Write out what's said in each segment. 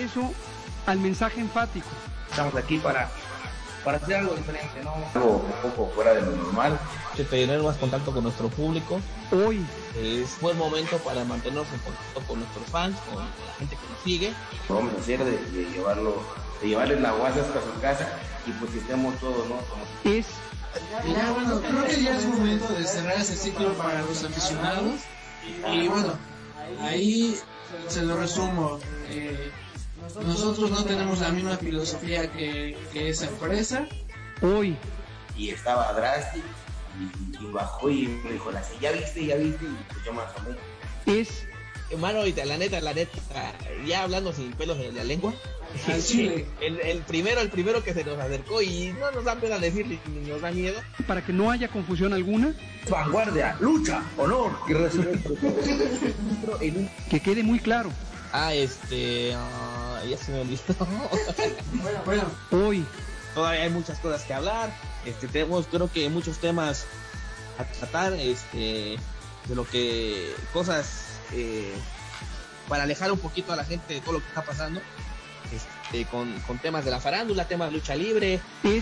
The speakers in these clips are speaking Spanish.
eso al mensaje enfático. Estamos aquí para hacer algo diferente, ¿no? Algo un poco fuera de lo normal. Tener más contacto con nuestro público. Hoy es buen momento para mantenernos en contacto con nuestros fans, con la gente que nos sigue. Vamos a hacer de llevarles la guasa hasta su casa y pues que estemos todos, ¿no? Es ya, bueno, creo que ya es momento de cerrar ese ciclo para los aficionados. Y bueno, ahí se lo resumo. Nosotros no tenemos la misma filosofía que esa empresa. Hoy. Y estaba Drastic y bajó y me dijo, ya viste, y pues yo más o menos. Es hermano, ahorita, la neta, ya hablando sin pelos en la lengua, sí. el primero que se nos acercó y no nos da pena decirle ni nos da miedo. Para que no haya confusión alguna. Vanguardia, lucha, honor y respeto. Que quede muy claro. Ya se me olvidó. Bueno. Hoy. Todavía hay muchas cosas que hablar. Tenemos, creo que muchos temas a tratar, de lo que cosas para alejar un poquito a la gente de todo lo que está pasando, con temas de la farándula, temas de lucha libre. Es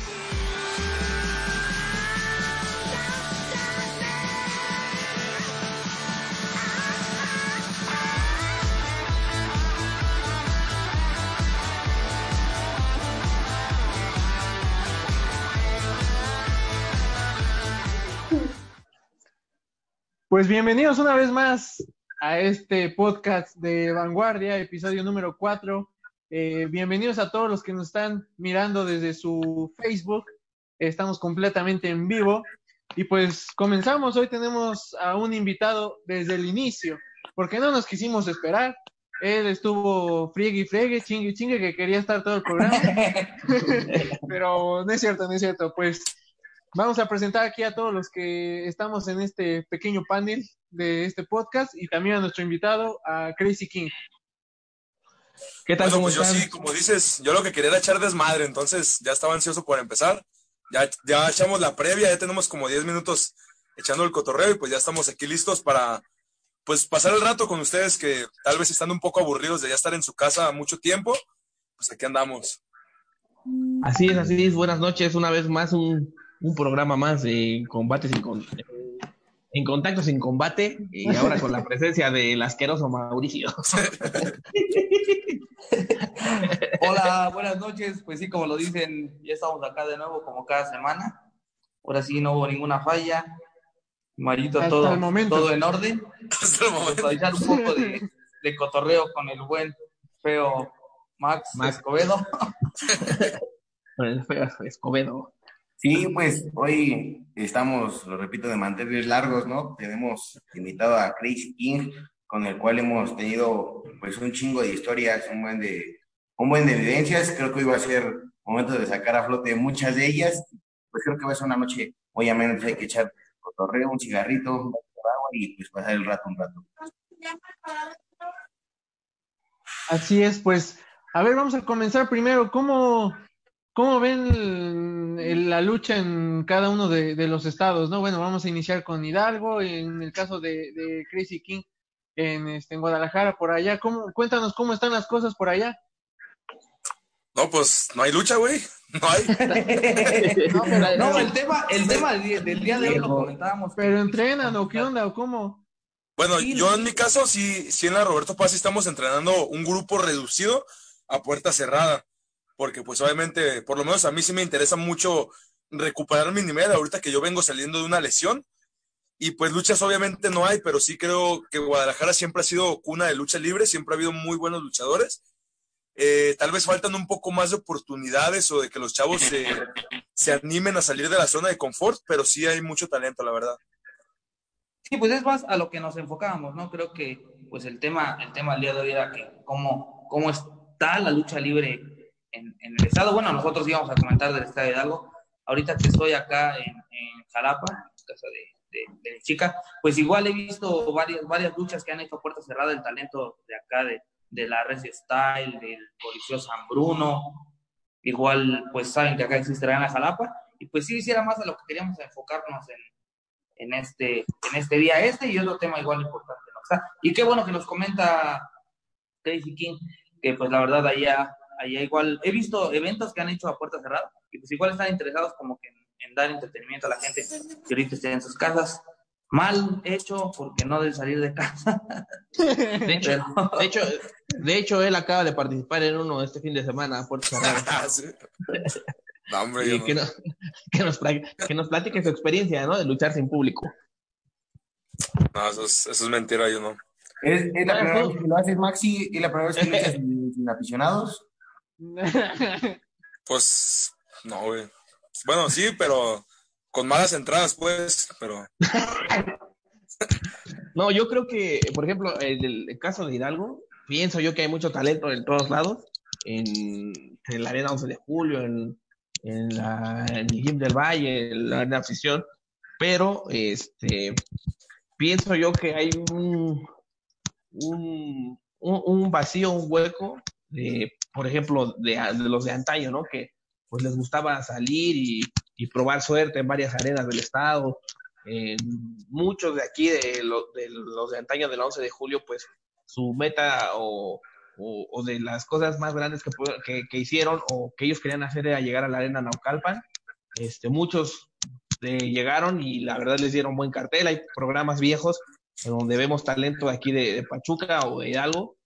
Pues bienvenidos una vez más a este podcast de Vanguardia, episodio número 4. Bienvenidos a todos los que nos están mirando desde su Facebook. Estamos completamente en vivo. Y pues comenzamos. Hoy tenemos a un invitado desde el inicio, porque no nos quisimos esperar. Él estuvo friegue, chingue, que quería estar todo el programa. Pero no es cierto. Pues vamos a presentar aquí a todos los que estamos en este pequeño panel de este podcast y también a nuestro invitado, a Crazy King. ¿Qué tal? Bueno, pues están? yo sí, como dices, yo lo que quería era echar desmadre, entonces ya estaba ansioso por empezar. Ya echamos la previa, ya tenemos como 10 minutos echando el cotorreo y pues ya estamos aquí listos para pues pasar el rato con ustedes que tal vez están un poco aburridos de ya estar en su casa mucho tiempo, pues aquí andamos. Así es. Buenas noches, una vez más un programa más de combates en contacto sin combate, y ahora con la presencia del asqueroso Mauricio. Hola, buenas noches. Pues sí, como lo dicen, ya estamos acá de nuevo como cada semana. Ahora sí no hubo ninguna falla. Marito, todo en orden. Hasta el momento. Echar un poco de cotorreo con el buen feo Max Escobedo. Con el feo Escobedo. Sí, pues hoy estamos, lo repito, de mantener largos, ¿no? Tenemos invitado a Crazy King, con el cual hemos tenido pues un chingo de historias, un buen de evidencias. Creo que hoy va a ser momento de sacar a flote muchas de ellas. Pues creo que va a ser una noche muy amena, hay que echar cotorreo, un cigarrito, un vaso de agua y pues pasar el rato un rato. Así es, pues, a ver, vamos a comenzar primero. ¿Cómo ven la lucha en cada uno de los estados, no? Bueno, vamos a iniciar con Hidalgo, en el caso de Crazy King en Guadalajara, por allá. Cuéntanos cómo están las cosas por allá. No, pues no hay lucha, güey. No hay. El tema del día de hoy lo comentábamos. Pero entrenan, ¿o qué onda, o cómo? Bueno, yo en mi caso, sí en la Roberto Paz estamos entrenando un grupo reducido a puerta cerrada, porque pues obviamente, por lo menos a mí sí me interesa mucho recuperar mi nivel ahorita que yo vengo saliendo de una lesión, y pues luchas obviamente no hay, pero sí creo que Guadalajara siempre ha sido cuna de lucha libre, siempre ha habido muy buenos luchadores. Tal vez faltan un poco más de oportunidades o de que los chavos se animen a salir de la zona de confort, pero sí hay mucho talento, la verdad. Sí, pues es más a lo que nos enfocábamos, ¿no? Creo que pues el tema del día de hoy era que cómo está la lucha libre en el estado. Bueno, nosotros íbamos a comentar del estado de Hidalgo. Ahorita que estoy acá en Jalapa, en casa de mi chica, pues igual he visto varias luchas que han hecho a puerta cerrada, el talento de acá de la Res Style, del Coliseo San Bruno. Igual pues saben que acá existe Arena Jalapa, y pues sí hiciera más a lo que queríamos enfocarnos en este día y otro tema igual importante, ¿no? Y qué bueno que nos comenta Crazy King que pues la verdad allá igual, he visto eventos que han hecho a puerta cerrada, y pues igual están interesados como que en dar entretenimiento a la gente que ahorita esté en sus casas. Mal hecho, porque no debe salir de casa. De hecho, él acaba de participar en uno este fin de semana a puerta cerrada. Sí. No, hombre, Y que nos platique su experiencia, ¿no? De luchar sin público. No, eso es mentira, yo no. ¿Es la primera vez que lo haces, Maxi? ¿Es la primera vez que luchas sin aficionados? Pues, no, güey. Bueno, sí, pero con malas entradas, pues, pero... No, yo creo que, por ejemplo, en el caso de Hidalgo, pienso yo que hay mucho talento en todos lados, en la Arena 11 de Julio, en el Gym del Valle, en la Arena Afición, pero pienso yo que hay un vacío, un hueco, por ejemplo, de los de antaño, ¿no? Que pues les gustaba salir y probar suerte en varias arenas del estado. Muchos de aquí, de los de antaño del 11 de julio, pues su meta o de las cosas más grandes que hicieron o que ellos querían hacer era llegar a la arena Naucalpan. Muchos llegaron y la verdad les dieron buen cartel. Hay programas viejos en donde vemos talento aquí de Pachuca o de Hidalgo,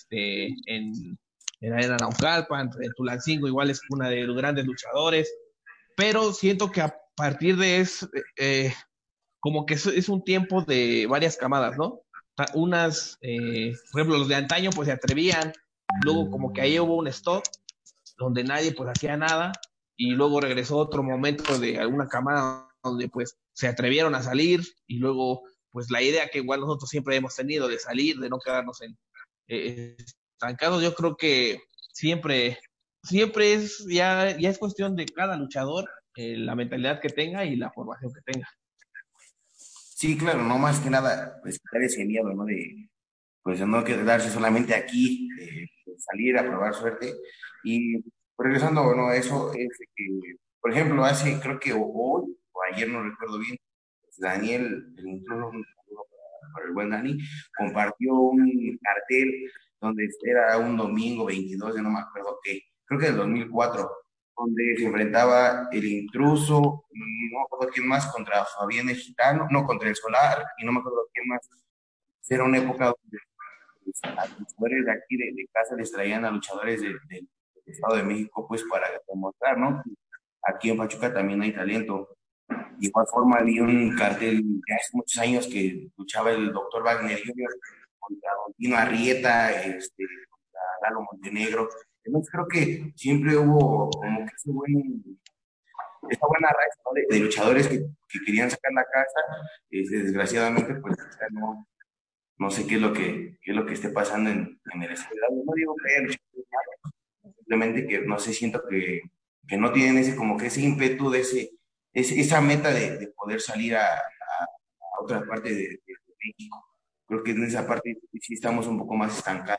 en la arena Naucalpan, en Tulancingo igual es una de los grandes luchadores, pero siento que a partir de eso, como que es un tiempo de varias camadas, ¿no? Unas, por ejemplo, los de antaño pues se atrevían, luego como que ahí hubo un stop donde nadie pues hacía nada, y luego regresó otro momento de alguna camada donde pues se atrevieron a salir, y luego pues la idea que igual nosotros siempre hemos tenido de salir, de no quedarnos estancados. Yo creo que siempre ya es cuestión de cada luchador, la mentalidad que tenga y la formación que tenga. Sí, claro, no más que nada, pues quitar ese miedo, ¿no? Pues de no quedarse solamente aquí, de salir a probar suerte. Y regresando, bueno, a eso es que, por ejemplo, creo que hoy o ayer, no recuerdo bien, pues Daniel, el intruso, un saludo para el buen Dani, compartió un cartel donde era un domingo 22, de no me acuerdo qué, creo que del 2004, donde se enfrentaba el intruso, y no me acuerdo quién más, contra Fabián el Gitano, no, contra el Solar, y no me acuerdo quién más. Era una época donde a luchadores de aquí de casa les traían a luchadores del Estado de México pues para demostrar, ¿no? Aquí en Pachuca también hay talento. De igual forma había un cartel de hace muchos años que luchaba el Dr. Wagner Jr. contra Don Tino Arrieta, contra Lalo Montenegro. Entonces creo que siempre hubo como que esta buena raza, ¿no? de luchadores que querían sacar la casa. Desgraciadamente pues no sé qué es lo que esté pasando en el estado. No digo que haya luchadores malos, simplemente que no sé, siento que no tienen ese como que ese ímpetu de esa meta de poder salir a otra parte de México. Creo que en esa parte sí estamos un poco más estancados.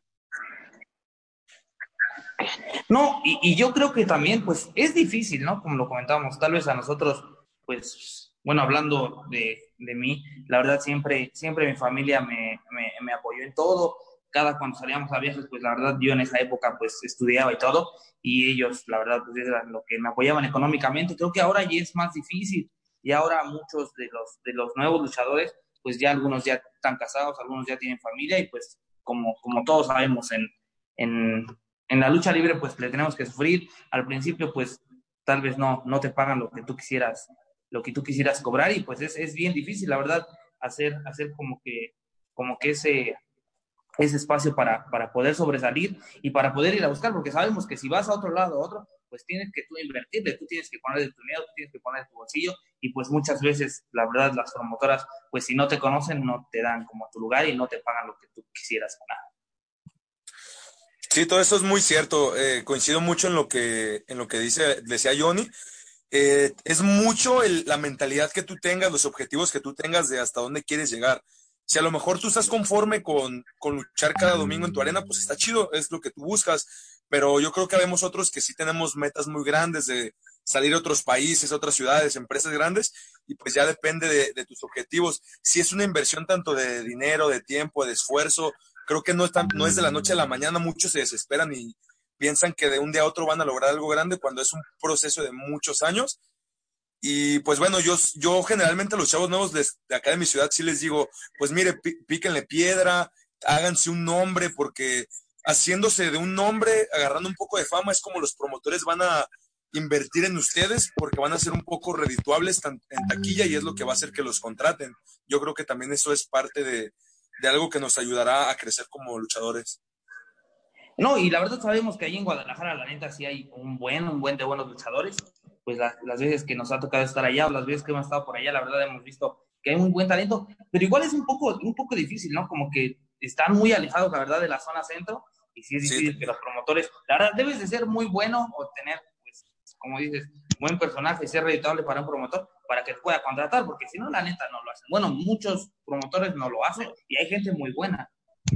No, y yo creo que también, pues, es difícil, ¿no? Como lo comentábamos, tal vez a nosotros, pues, bueno, hablando de mí, la verdad siempre mi familia me apoyó en todo. Cuando salíamos a viajes, pues, la verdad, yo en esa época, pues, estudiaba y todo, y ellos, la verdad, pues, era lo que me apoyaban económicamente. Creo que ahora ya es más difícil, y ahora muchos de los nuevos luchadores, pues, ya algunos ya están casados, algunos ya tienen familia, y pues, como todos sabemos, en la lucha libre, pues le tenemos que sufrir. Al principio, pues tal vez no te pagan lo que tú quisieras cobrar, y pues es bien difícil, la verdad, hacer como que ese espacio para poder sobresalir y para poder ir a buscar, porque sabemos que si vas a otro lado, a otro, pues tienes que tú invertirle, tú tienes que poner de tu dinero, tú tienes que poner de tu bolsillo, y pues muchas veces, la verdad, las promotoras, pues si no te conocen, no te dan como tu lugar y no te pagan lo que tú quisieras ganar. Sí, todo eso es muy cierto. Coincido mucho en lo que decía Johnny. Es mucho la mentalidad que tú tengas, los objetivos que tú tengas de hasta dónde quieres llegar. Si a lo mejor tú estás conforme con luchar cada domingo en tu arena, pues está chido, es lo que tú buscas. Pero yo creo que habemos otros que sí tenemos metas muy grandes de salir a otros países, a otras ciudades, empresas grandes, y pues ya depende de tus objetivos. Si es una inversión tanto de dinero, de tiempo, de esfuerzo, creo que no es de la noche a la mañana, muchos se desesperan y piensan que de un día a otro van a lograr algo grande cuando es un proceso de muchos años. Y pues bueno, yo generalmente a los chavos nuevos de acá de mi ciudad sí les digo, pues mire, píquenle piedra, háganse un nombre, porque haciéndose de un nombre, agarrando un poco de fama, es como los promotores van a invertir en ustedes, porque van a ser un poco redituables en taquilla y es lo que va a hacer que los contraten. Yo creo que también eso es parte de algo que nos ayudará a crecer como luchadores. No, y la verdad sabemos que ahí en Guadalajara, la neta, sí hay un buen de buenos luchadores. Pues las veces que nos ha tocado estar allá o las veces que hemos estado por allá, la verdad hemos visto que hay un buen talento, pero igual es un poco difícil, ¿no? Como que están muy alejados, la verdad, de la zona centro, y sí es difícil que los promotores, la verdad, debes de ser muy bueno o tener, pues, como dices, buen personaje, ser reditable para un promotor, para que te pueda contratar, porque si no, la neta, no lo hacen. Bueno, muchos promotores no lo hacen, y hay gente muy buena.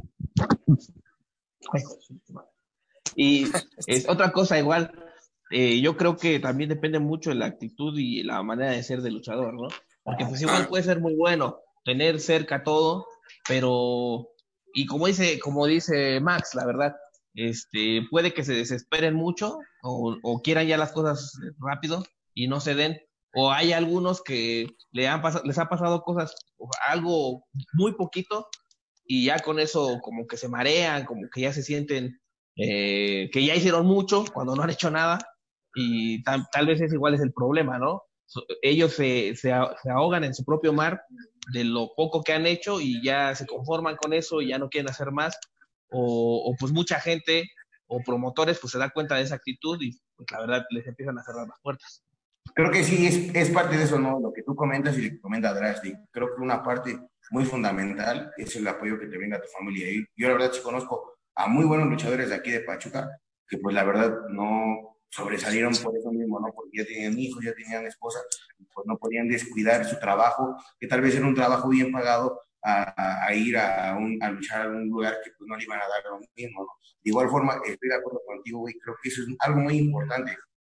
Y es otra cosa igual, yo creo que también depende mucho de la actitud y la manera de ser del luchador, ¿no? Porque pues igual puede ser muy bueno tener cerca todo, pero, y como dice Max, la verdad, puede que se desesperen mucho o quieran ya las cosas rápido y no se den, o hay algunos que les ha pasado cosas, algo muy poquito, y ya con eso como que se marean, como que ya se sienten que ya hicieron mucho cuando no han hecho nada, y tal vez igual es el problema, ¿no? Ellos se ahogan en su propio mar de lo poco que han hecho y ya se conforman con eso y ya no quieren hacer más, o pues mucha gente o promotores pues se da cuenta de esa actitud y pues la verdad les empiezan a cerrar las puertas. Creo que sí, es parte de eso, ¿no? Lo que tú comentas y lo que comenta Drastic. Creo que una parte muy fundamental es el apoyo que te brinda tu familia. Y yo la verdad sí conozco a muy buenos luchadores de aquí de Pachuca, que pues la verdad no sobresalieron por eso mismo, ¿no? Porque ya tenían hijos, ya tenían esposa, pues no podían descuidar su trabajo, que tal vez era un trabajo bien pagado, a ir a luchar a un lugar que pues no le iban a dar lo mismo, ¿no? De igual forma, estoy de acuerdo contigo, güey, creo que eso es algo muy importante.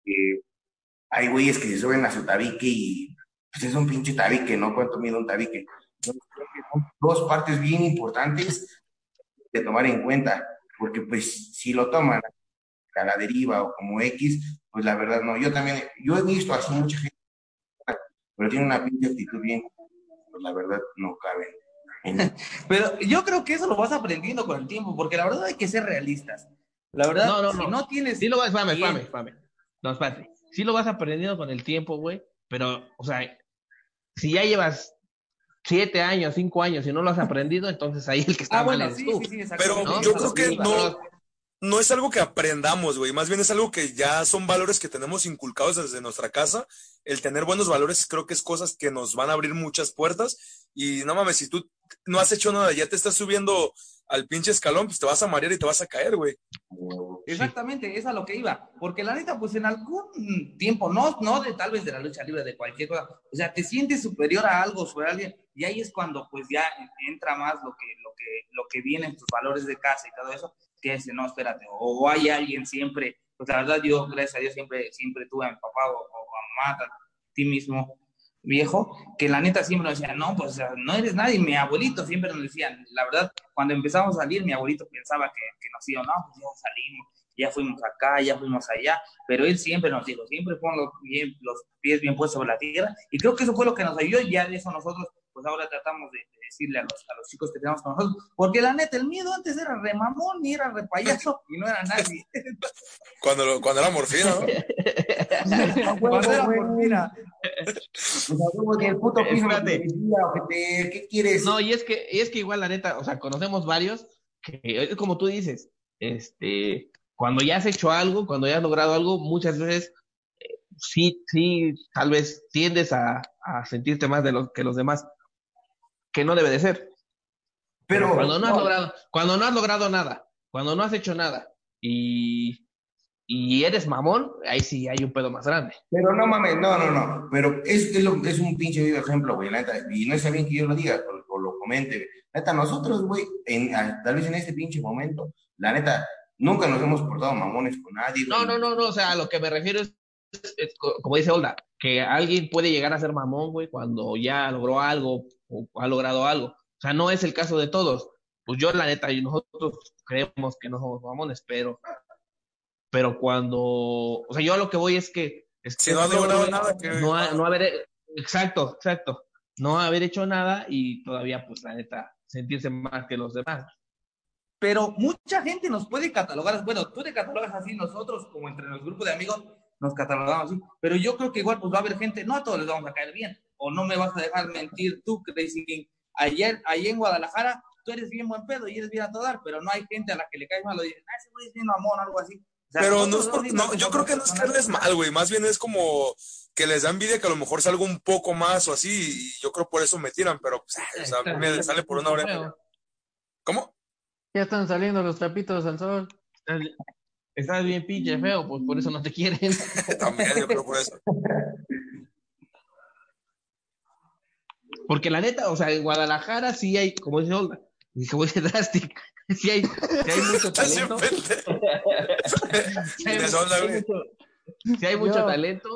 Hay güeyes que se suben a su tabique y pues es un pinche tabique, ¿no? ¿Cuánto mide un tabique? Entonces, creo que son dos partes bien importantes de tomar en cuenta, porque pues si lo toman a la deriva o como X, pues la verdad no. Yo he visto así mucha gente, pero tiene una pinche actitud bien, pues la verdad no cabe. Pero yo creo que eso lo vas aprendiendo con el tiempo, porque la verdad hay que ser realistas. La verdad, si no tienes... Sí lo vas, espérame. No, espérate. Sí lo vas aprendiendo con el tiempo, güey, pero, o sea, si ya llevas 7 años, 5 años y no lo has aprendido, entonces ahí el que está mal eres tú. Sí, pero ¿no? yo creo que no es algo que aprendamos, güey, más bien es algo que ya son valores que tenemos inculcados desde nuestra casa. El tener buenos valores creo que es cosas que nos van a abrir muchas puertas y no mames, si tú no has hecho nada, ya te estás subiendo al pinche escalón, pues te vas a marear y te vas a caer, güey. Exactamente, es a lo que iba, porque la neta, pues en algún tiempo, no de tal vez de la lucha libre, de cualquier cosa, o sea, te sientes superior a algo, sobre alguien, y ahí es cuando pues ya entra más lo que viene en tus valores de casa y todo eso, que dice, no, espérate, o hay alguien siempre, pues la verdad yo, gracias a Dios, siempre tuve a mi papá o a mamá, a ti mismo, viejo, que la neta siempre nos decía, no, pues o sea, no eres nadie. Mi abuelito siempre nos decía, la verdad, cuando empezamos a salir, mi abuelito pensaba que nos iba, no, pues ya salimos, ya fuimos acá, ya fuimos allá, pero él siempre nos dijo, siempre pon los pies bien puestos sobre la tierra, y creo que eso fue lo que nos ayudó, y ya de eso nosotros, pues ahora tratamos de decirle a los chicos que tenemos con nosotros, porque la neta, el miedo antes era re mamón, y era re payaso, y no era nadie. Cuando era morfina, ¿no? Cuando era morfina. El puto piso ¿qué quieres? No, y es que igual la neta, o sea, conocemos varios que, como tú dices, cuando ya has hecho algo, cuando ya has logrado algo, muchas veces sí, tal vez tiendes a sentirte más que los demás, que no debe de ser. Pero cuando no has logrado nada, cuando no has hecho nada y eres mamón, ahí sí hay un pedo más grande. Pero no mames, no. Pero es un pinche vivo ejemplo, güey, la neta. Y no está bien que yo lo diga o lo comente, güey. La neta, nosotros, güey, tal vez en este pinche momento, la neta, nunca nos hemos portado mamones con nadie. No, o sea, a lo que me refiero es como dice Olda, que alguien puede llegar a ser mamón, güey, cuando ya logró algo o ha logrado algo. O sea, no es el caso de todos. pues yo la neta, y nosotros creemos que no somos mamones, pero cuando, o sea, yo a lo que voy es que Si no ha logrado nada, que no haber, exacto, no haber hecho nada y todavía, pues la neta, sentirse más que los demás. Pero mucha gente nos puede catalogar, bueno, tú te catalogas así, nosotros como entre los grupos de amigos nos catalogamos así, pero yo creo que igual pues va a haber gente, no a todos les vamos a caer bien, o no me vas a dejar mentir tú, Crazy King. Ayer en Guadalajara, tú eres bien buen pedo y eres bien a todo dar, pero no hay gente a la que le caes mal o dicen, ese güey es bien mamón o algo así. O sea, pero no es no, yo creo que no es caerles mal, güey, más bien es como que les da envidia que a lo mejor salga un poco más o así, y yo creo por eso me tiran, pero pues, o sea, me sale por una oreja. ¿Cómo? Ya están saliendo los trapitos al sol. Estás bien pinche feo, pues por eso no te quieren. También, yo creo por eso. Porque la neta, o sea, en Guadalajara sí hay, como dice Olga, y como dice Drastic, sí hay mucho talento. Sí hay mucho talento,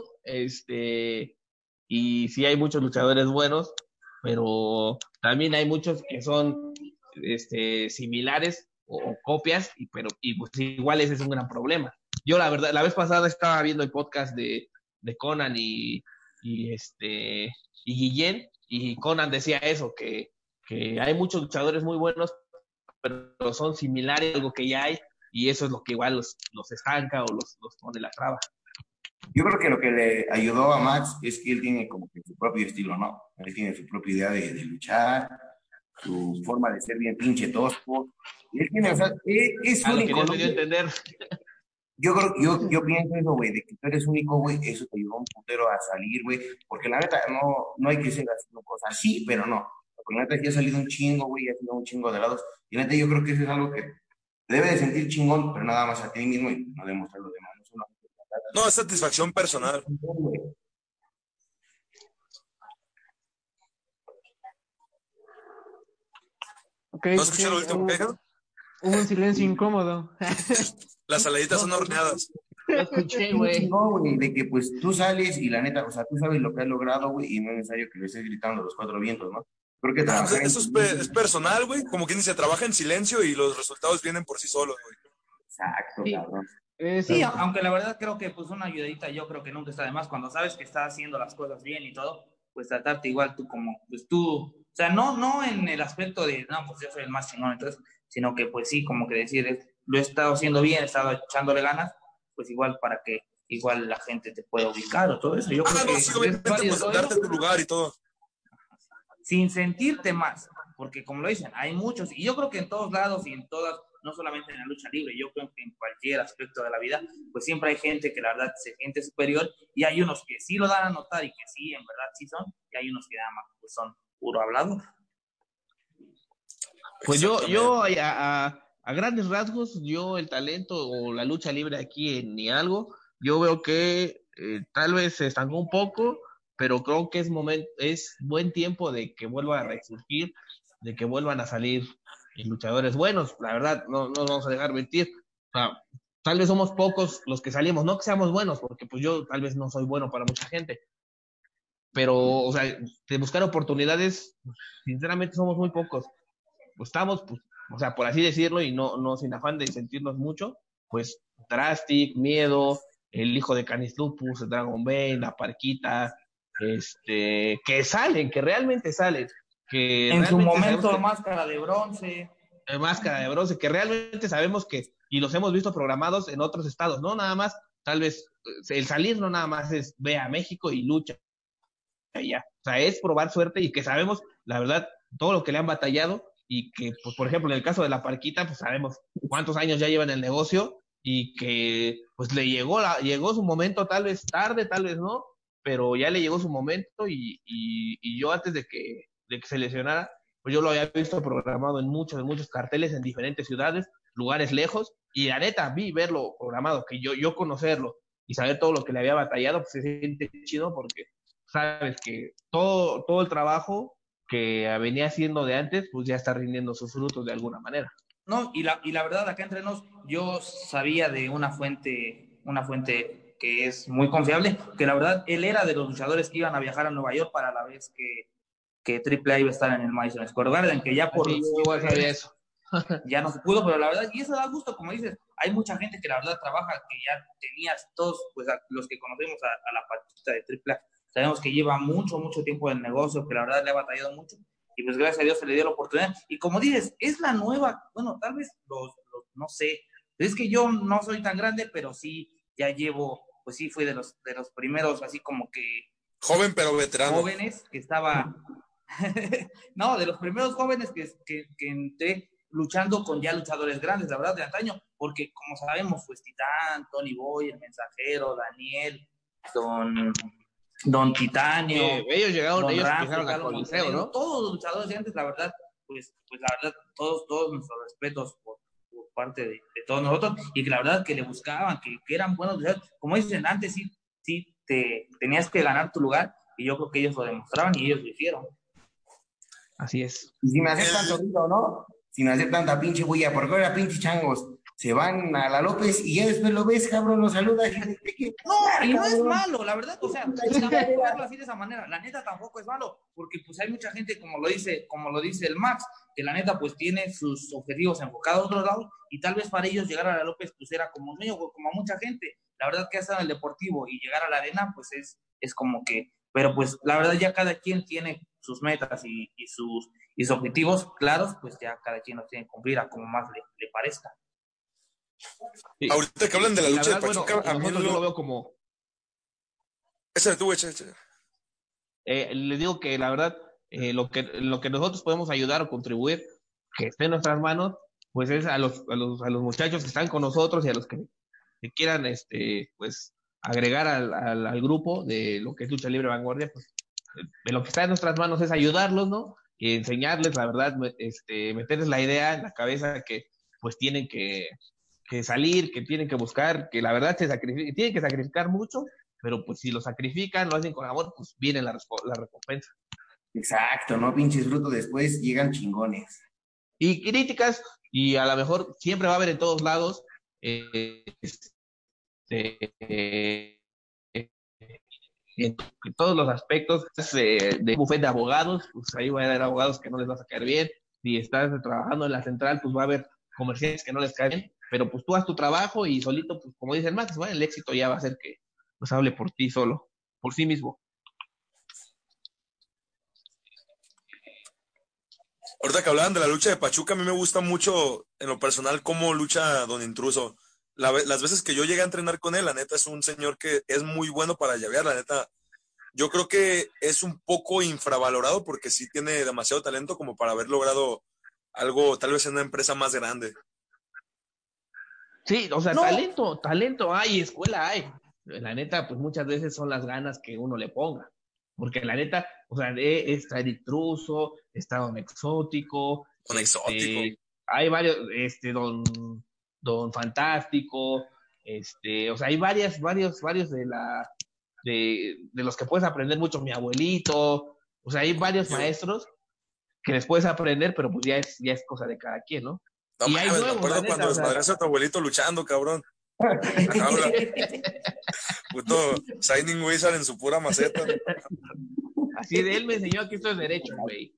y sí hay muchos luchadores buenos, pero también hay muchos que son similares o copias, y pues igual ese es un gran problema. Yo la verdad, la vez pasada estaba viendo el podcast de Conan y Guillén, y Conan decía eso, que hay muchos luchadores muy buenos, pero son similares a algo que ya hay, y eso es lo que igual los estanca o los pone la traba. Yo creo que lo que le ayudó a Max es que él tiene como que su propio estilo, ¿no? Él tiene su propia idea de luchar, su forma de ser bien pinche tosco. Él tiene, o sea, es único, ¿no? Entender. Yo creo, yo pienso eso, güey, de que tú eres único, güey, eso te ayudó un putero a salir, güey, porque la neta no hay que ser haciendo cosas así, pero no. Porque la neta ya ha salido un chingo, güey, ya ha salido un chingo de lados, y la neta yo creo que eso es algo que debe de sentir chingón, pero nada más a ti mismo y no demostrar a los demás. No, es satisfacción personal. Okay, ¿No escuché lo último que dijo? Hubo un silencio incómodo. Las saladitas son horneadas. Lo escuché, güey. No, güey, de que pues tú sales y la neta, o sea, tú sabes lo que has logrado, güey, y no es necesario que lo estés gritando a los cuatro vientos, ¿no? Creo que trabajar Eso es personal, güey. Como quien dice, trabaja en silencio y los resultados vienen por sí solos, güey. Exacto, sí. Cabrón. Sí, aunque la verdad creo que pues una ayudadita yo creo que nunca está de más. Cuando sabes que estás haciendo las cosas bien y todo, pues tratarte igual tú como, pues tú, o sea, no en el aspecto de, no, pues yo soy el más chingón, entonces, sino que pues sí, como que decir, lo he estado haciendo bien, he estado echándole ganas, pues igual para que igual la gente te pueda ubicar o todo eso. Yo creo que sí, obviamente, pues darte tu lugar y todo. Sin sentirte más, porque como lo dicen, hay muchos, y yo creo que en todos lados y en todas, no solamente en la lucha libre, yo creo que en cualquier aspecto de la vida, pues siempre hay gente que la verdad se siente superior, y hay unos que sí lo dan a notar y que sí, en verdad sí son, y hay unos que nada más pues son puro hablador. Pues yo a grandes rasgos, yo el talento o la lucha libre aquí en Ni Algo, yo veo que tal vez se estancó un poco, pero creo que es buen tiempo de que vuelva a resurgir, de que vuelvan a salir luchadores buenos. La verdad, no nos vamos a dejar mentir. O sea, tal vez somos pocos los que salimos, no que seamos buenos, porque pues yo tal vez no soy bueno para mucha gente, pero, o sea, de buscar oportunidades, sinceramente somos muy pocos. Pues estamos, pues, o sea, por así decirlo, y no sin afán de sentirnos mucho, pues Drastic, Miedo, el hijo de Canis Lupus, Dragon Bane, La Parquita, que realmente salen. Que en su momento, Máscara de Bronce. Máscara de Bronce, que realmente sabemos que, y los hemos visto programados en otros estados, no nada más, tal vez, el salir no nada más es ve a México y lucha. Ya. O sea, es probar suerte y que sabemos, la verdad, todo lo que le han batallado y que, pues, por ejemplo, en el caso de La Parquita, pues sabemos cuántos años ya lleva en el negocio y que, pues, le llegó su momento, tal vez tarde, tal vez no, pero ya le llegó su momento y yo antes de que se lesionara, pues yo lo había visto programado en muchos carteles en diferentes ciudades, lugares lejos, y la neta, vi verlo programado, que yo conocerlo y saber todo lo que le había batallado, pues se siente chido porque sabes que todo el trabajo que venía haciendo de antes, pues ya está rindiendo sus frutos de alguna manera. No, y la verdad, acá entre nos, yo sabía de una fuente que es muy confiable, que la verdad, él era de los luchadores que iban a viajar a Nueva York para la vez que AAA iba a estar en el Madison Square Garden, que ya por... Sí, igual sabía eso. ya no se pudo, pero la verdad, y eso da gusto, como dices, hay mucha gente que la verdad trabaja, que ya tenías todos, pues los que conocemos a la Pachita de AAA, sabemos que lleva mucho, mucho tiempo en el negocio, que la verdad le ha batallado mucho, y pues gracias a Dios se le dio la oportunidad, y como dices, es la nueva, bueno, tal vez no sé, es que yo no soy tan grande, pero sí, ya llevo, pues sí, fui de los primeros, así como que joven pero veterano. Jóvenes que estaba, no, de los primeros jóvenes que entré luchando con ya luchadores grandes, la verdad, de antaño, porque como sabemos, pues Titán, Tony Boy, El Mensajero, Daniel, Don Titanio, ellos llegaron Ramsey, al Coliseo, ¿no? Todos los luchadores de antes, la verdad, pues la verdad, todos nuestros respetos por parte de todos nosotros, y que la verdad que le buscaban, que eran buenos luchadores, como dicen antes, sí te tenías que ganar tu lugar, y yo creo que ellos lo demostraban y ellos lo hicieron. Así es. Y sin hacer tanto ruido, ¿no? Sin hacer tanta pinche bulla, porque ahora pinche changos se van a la López y ya después lo ves, cabrón, lo saludas. No, y no es malo, la verdad, o sea, tampoco verlo así de esa manera, la neta tampoco es malo, porque pues hay mucha gente, como lo dice el Max, que la neta pues tiene sus objetivos enfocados a otros lados, y tal vez para ellos llegar a la López pues era como un sueño, como a mucha gente, la verdad que ha estado en el deportivo y llegar a la arena pues es como que, pero pues la verdad ya cada quien tiene sus metas y sus objetivos claros, pues ya cada quien los tiene que cumplir a como más le parezca. Sí. Ahorita que hablan de la lucha de Pachuca, a mí yo lo veo como... Ese de tú, eche. Les digo que la verdad, lo que nosotros podemos ayudar o contribuir, que esté en nuestras manos, pues es a los muchachos que están con nosotros y a los que quieran pues agregar al grupo de lo que es Lucha Libre Vanguardia, pues de lo que está en nuestras manos es ayudarlos, ¿no? Y enseñarles, la verdad, meterles la idea en la cabeza que pues tienen que salir, que tienen que buscar, que la verdad tienen que sacrificar mucho, pero pues si lo sacrifican, lo hacen con amor, pues viene la recompensa. Exacto, ¿no? Pinches frutos después llegan chingones. Y críticas, y a lo mejor siempre va a haber en todos lados, en todos los aspectos de bufete de abogados, pues ahí va a haber abogados que no les vas a caer bien. Si estás trabajando en la central, pues va a haber comerciantes que no les caen bien, pero pues tú haz tu trabajo y solito, pues como dicen Max, bueno, el éxito ya va a ser que pues hable por ti solo, por sí mismo. Ahorita que hablaban de la lucha de Pachuca, a mí me gusta mucho en lo personal cómo lucha Don Intruso. Las veces que yo llegué a entrenar con él, la neta es un señor que es muy bueno para llavear, la neta. Yo creo que es un poco infravalorado porque sí tiene demasiado talento como para haber logrado algo tal vez en una empresa más grande. Sí, o sea, talento hay, escuela hay. La neta, pues muchas veces son las ganas que uno le ponga. Porque la neta, o sea, está el Intruso, está Don Exótico. Don Exótico. Hay varios, Don Fantástico, o sea, hay varios de los que puedes aprender mucho, mi abuelito, o sea, hay varios maestros que les puedes aprender, pero pues ya es cosa de cada quien, ¿no? No, y hay nuevos, me acuerdo cuando desmadraste a tu abuelito luchando, cabrón. Puto Shining Wizard en su pura maceta. Así de él me enseñó que esto es derecho, güey.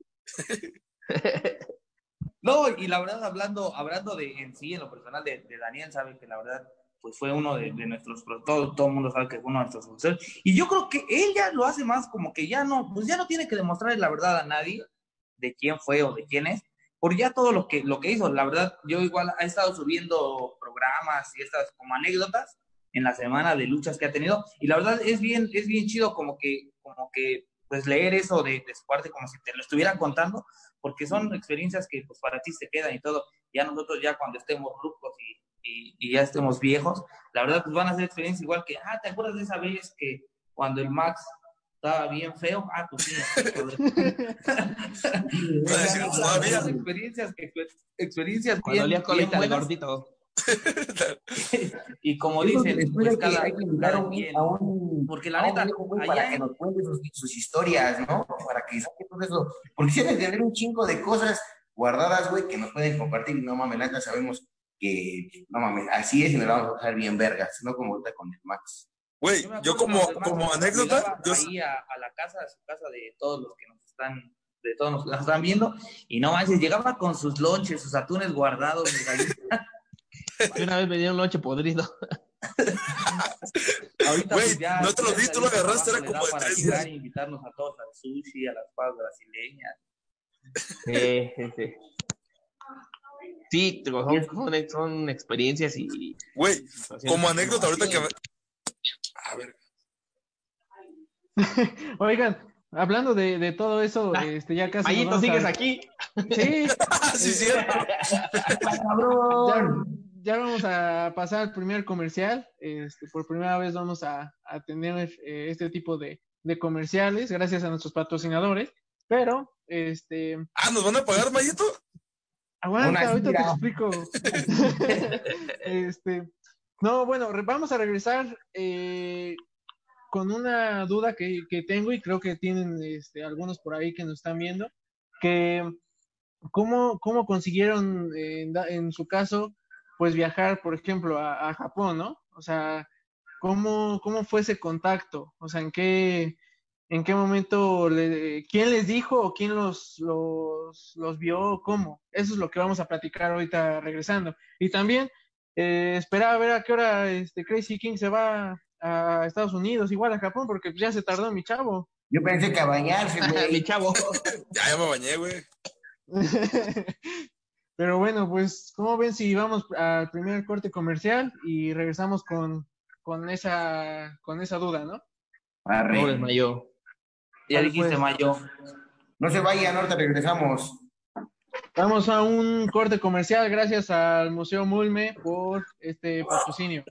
No, y la verdad, hablando de en sí, en lo personal de Daniel, sabe que la verdad, pues fue uno de nuestros, todo el mundo sabe que fue uno de nuestros profesores, y yo creo que él ya lo hace más como que ya no tiene que demostrarle la verdad a nadie de quién fue o de quién es, por ya todo lo que hizo. La verdad, yo igual he estado subiendo programas y estas como anécdotas en la semana de luchas que ha tenido, y la verdad es bien chido como que pues leer eso de su parte como si te lo estuvieran contando, porque son experiencias que pues para ti se quedan y todo. Ya nosotros ya cuando estemos rucos y ya estemos viejos, la verdad pues van a ser experiencias igual que, ¿te acuerdas de esa vez que cuando el Max estaba bien feo? Pues sí. experiencias cuando olía colita de buenas. Gordito. Y como dicen, pues hay que invitar a un porque la neta para que nos cuente sus historias, ¿no? Para que saque todo eso, porque si deben tener un chingo de cosas guardadas, güey, que nos pueden compartir. Y no mames, la neta sabemos que no mames, así es, y nos la vamos a dejar bien vergas, no como ahorita con el Max. Güey, yo como anécdota, yo ahí a su casa de todos los que nos están de todos los que nos están viendo, y no manches, llegaba con sus lonches, sus atunes guardados, mis gallinas. Y una vez me dieron lonche podrido. Ahorita Güey, pues ya, no te lo ya di, tú lo salió de agarraste, trabajo, era le da como de para 3 llegar días. e invitarnos a todos al sushi, a las papas brasileñas. Sí. Sí, digo, son experiencias y Güey, situaciones como que anécdota, uno ahorita que... hace. A ver, Oigan, hablando de todo eso, ya casi nos Mayito, vamos ¿sigues a... aquí? Sí, sí, cierto. ya, ¡Cabrón! ya vamos a pasar al primer comercial. Por primera vez vamos a tener este tipo de comerciales, gracias a nuestros patrocinadores. Pero, Ah, ¿nos van a pagar, Mayito? aguanta, Una ahorita te gira. explico. No, bueno, vamos a regresar con una duda que tengo y creo que tienen algunos por ahí que nos están viendo, que cómo consiguieron en su caso pues viajar, por ejemplo, a Japón, ¿no? O sea, ¿cómo fue ese contacto? O sea, ¿en qué momento, quién les dijo o quién los vio? ¿Cómo? Eso es lo que vamos a platicar ahorita regresando. Y también esperaba a ver a qué hora Crazy King se va a Estados Unidos, igual a Japón, porque ya se tardó mi chavo. Yo pensé que a bañarse, Mi güey. chavo. Ya me bañé, güey. Pero bueno, pues, ¿cómo ven si vamos al primer corte comercial y regresamos con esa duda, ¿no? No, Arre. desmayó. Ya Vale, dijiste, pues. Mayo. No se vayan, ahorita regresamos. Vamos a un corte comercial gracias al Museo Mulme por este patrocinio.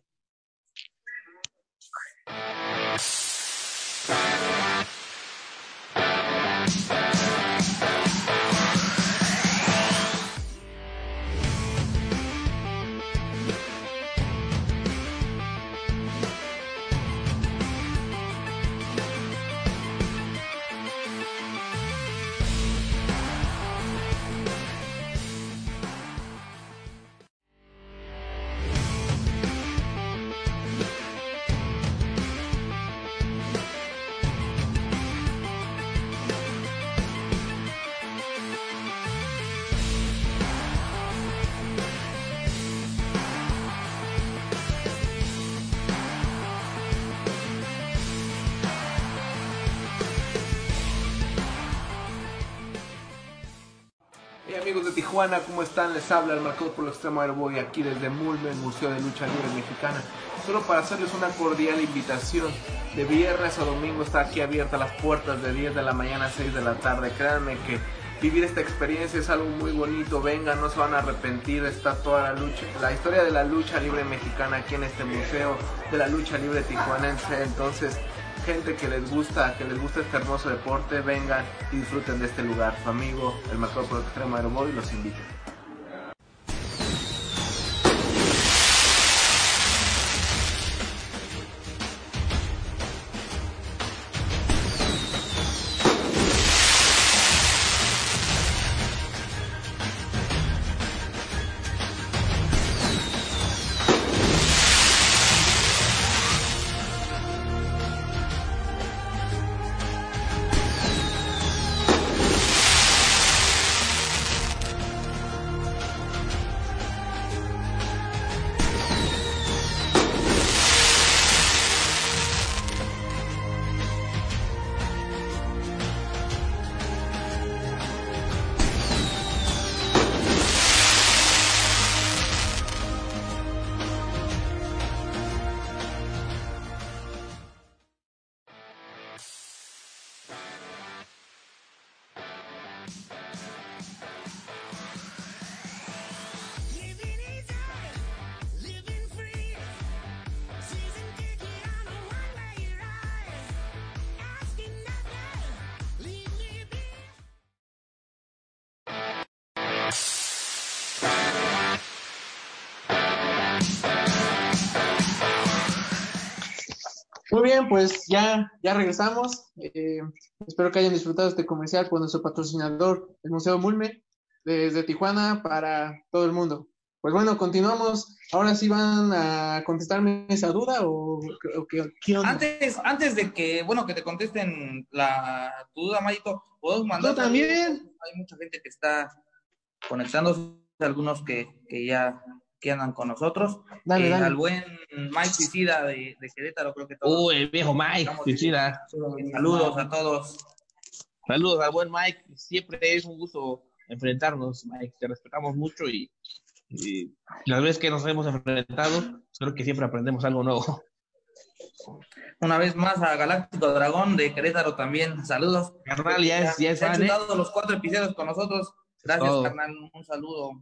Hey amigos de Tijuana, ¿cómo están? Les habla el marcador por lo extremo Airboy aquí desde Mulme, Museo de Lucha Libre Mexicana. Solo para hacerles una cordial invitación. De viernes a domingo está aquí abierta las puertas de 10 de la mañana a 6 de la tarde. Créanme que vivir esta experiencia es algo muy bonito. Vengan, no se van a arrepentir. Está toda la historia de la lucha libre mexicana aquí en este museo de la lucha libre tijuanense. Entonces, gente que les gusta este hermoso deporte, vengan y disfruten de este lugar. Su amigo, el marcador por el extremo Aeroboy, los invita. Muy bien, pues ya regresamos. Espero que hayan disfrutado este comercial por nuestro patrocinador, el Museo Mulme, desde Tijuana para todo el mundo. Pues bueno, continuamos. Ahora sí van a contestarme esa duda o qué onda. Antes de que, bueno, que te contesten tu duda, Mayito, ¿puedo mandar? Tú también. Saludos? Hay mucha gente que está conectándose, algunos que ya que andan con nosotros. Dale. Al buen Mike Suicida de Querétaro, creo que todos. El viejo Mike Suicida. Saludos a todos. Saludos al buen Mike. Siempre es un gusto enfrentarnos, Mike. Te respetamos mucho y las veces que nos hemos enfrentado, creo que siempre aprendemos algo nuevo. Una vez más a Galáctico Dragón de Querétaro también. Saludos. Carnal, ya es fan, fan, chutado los 4 episodios con nosotros. Gracias, carnal. Un saludo.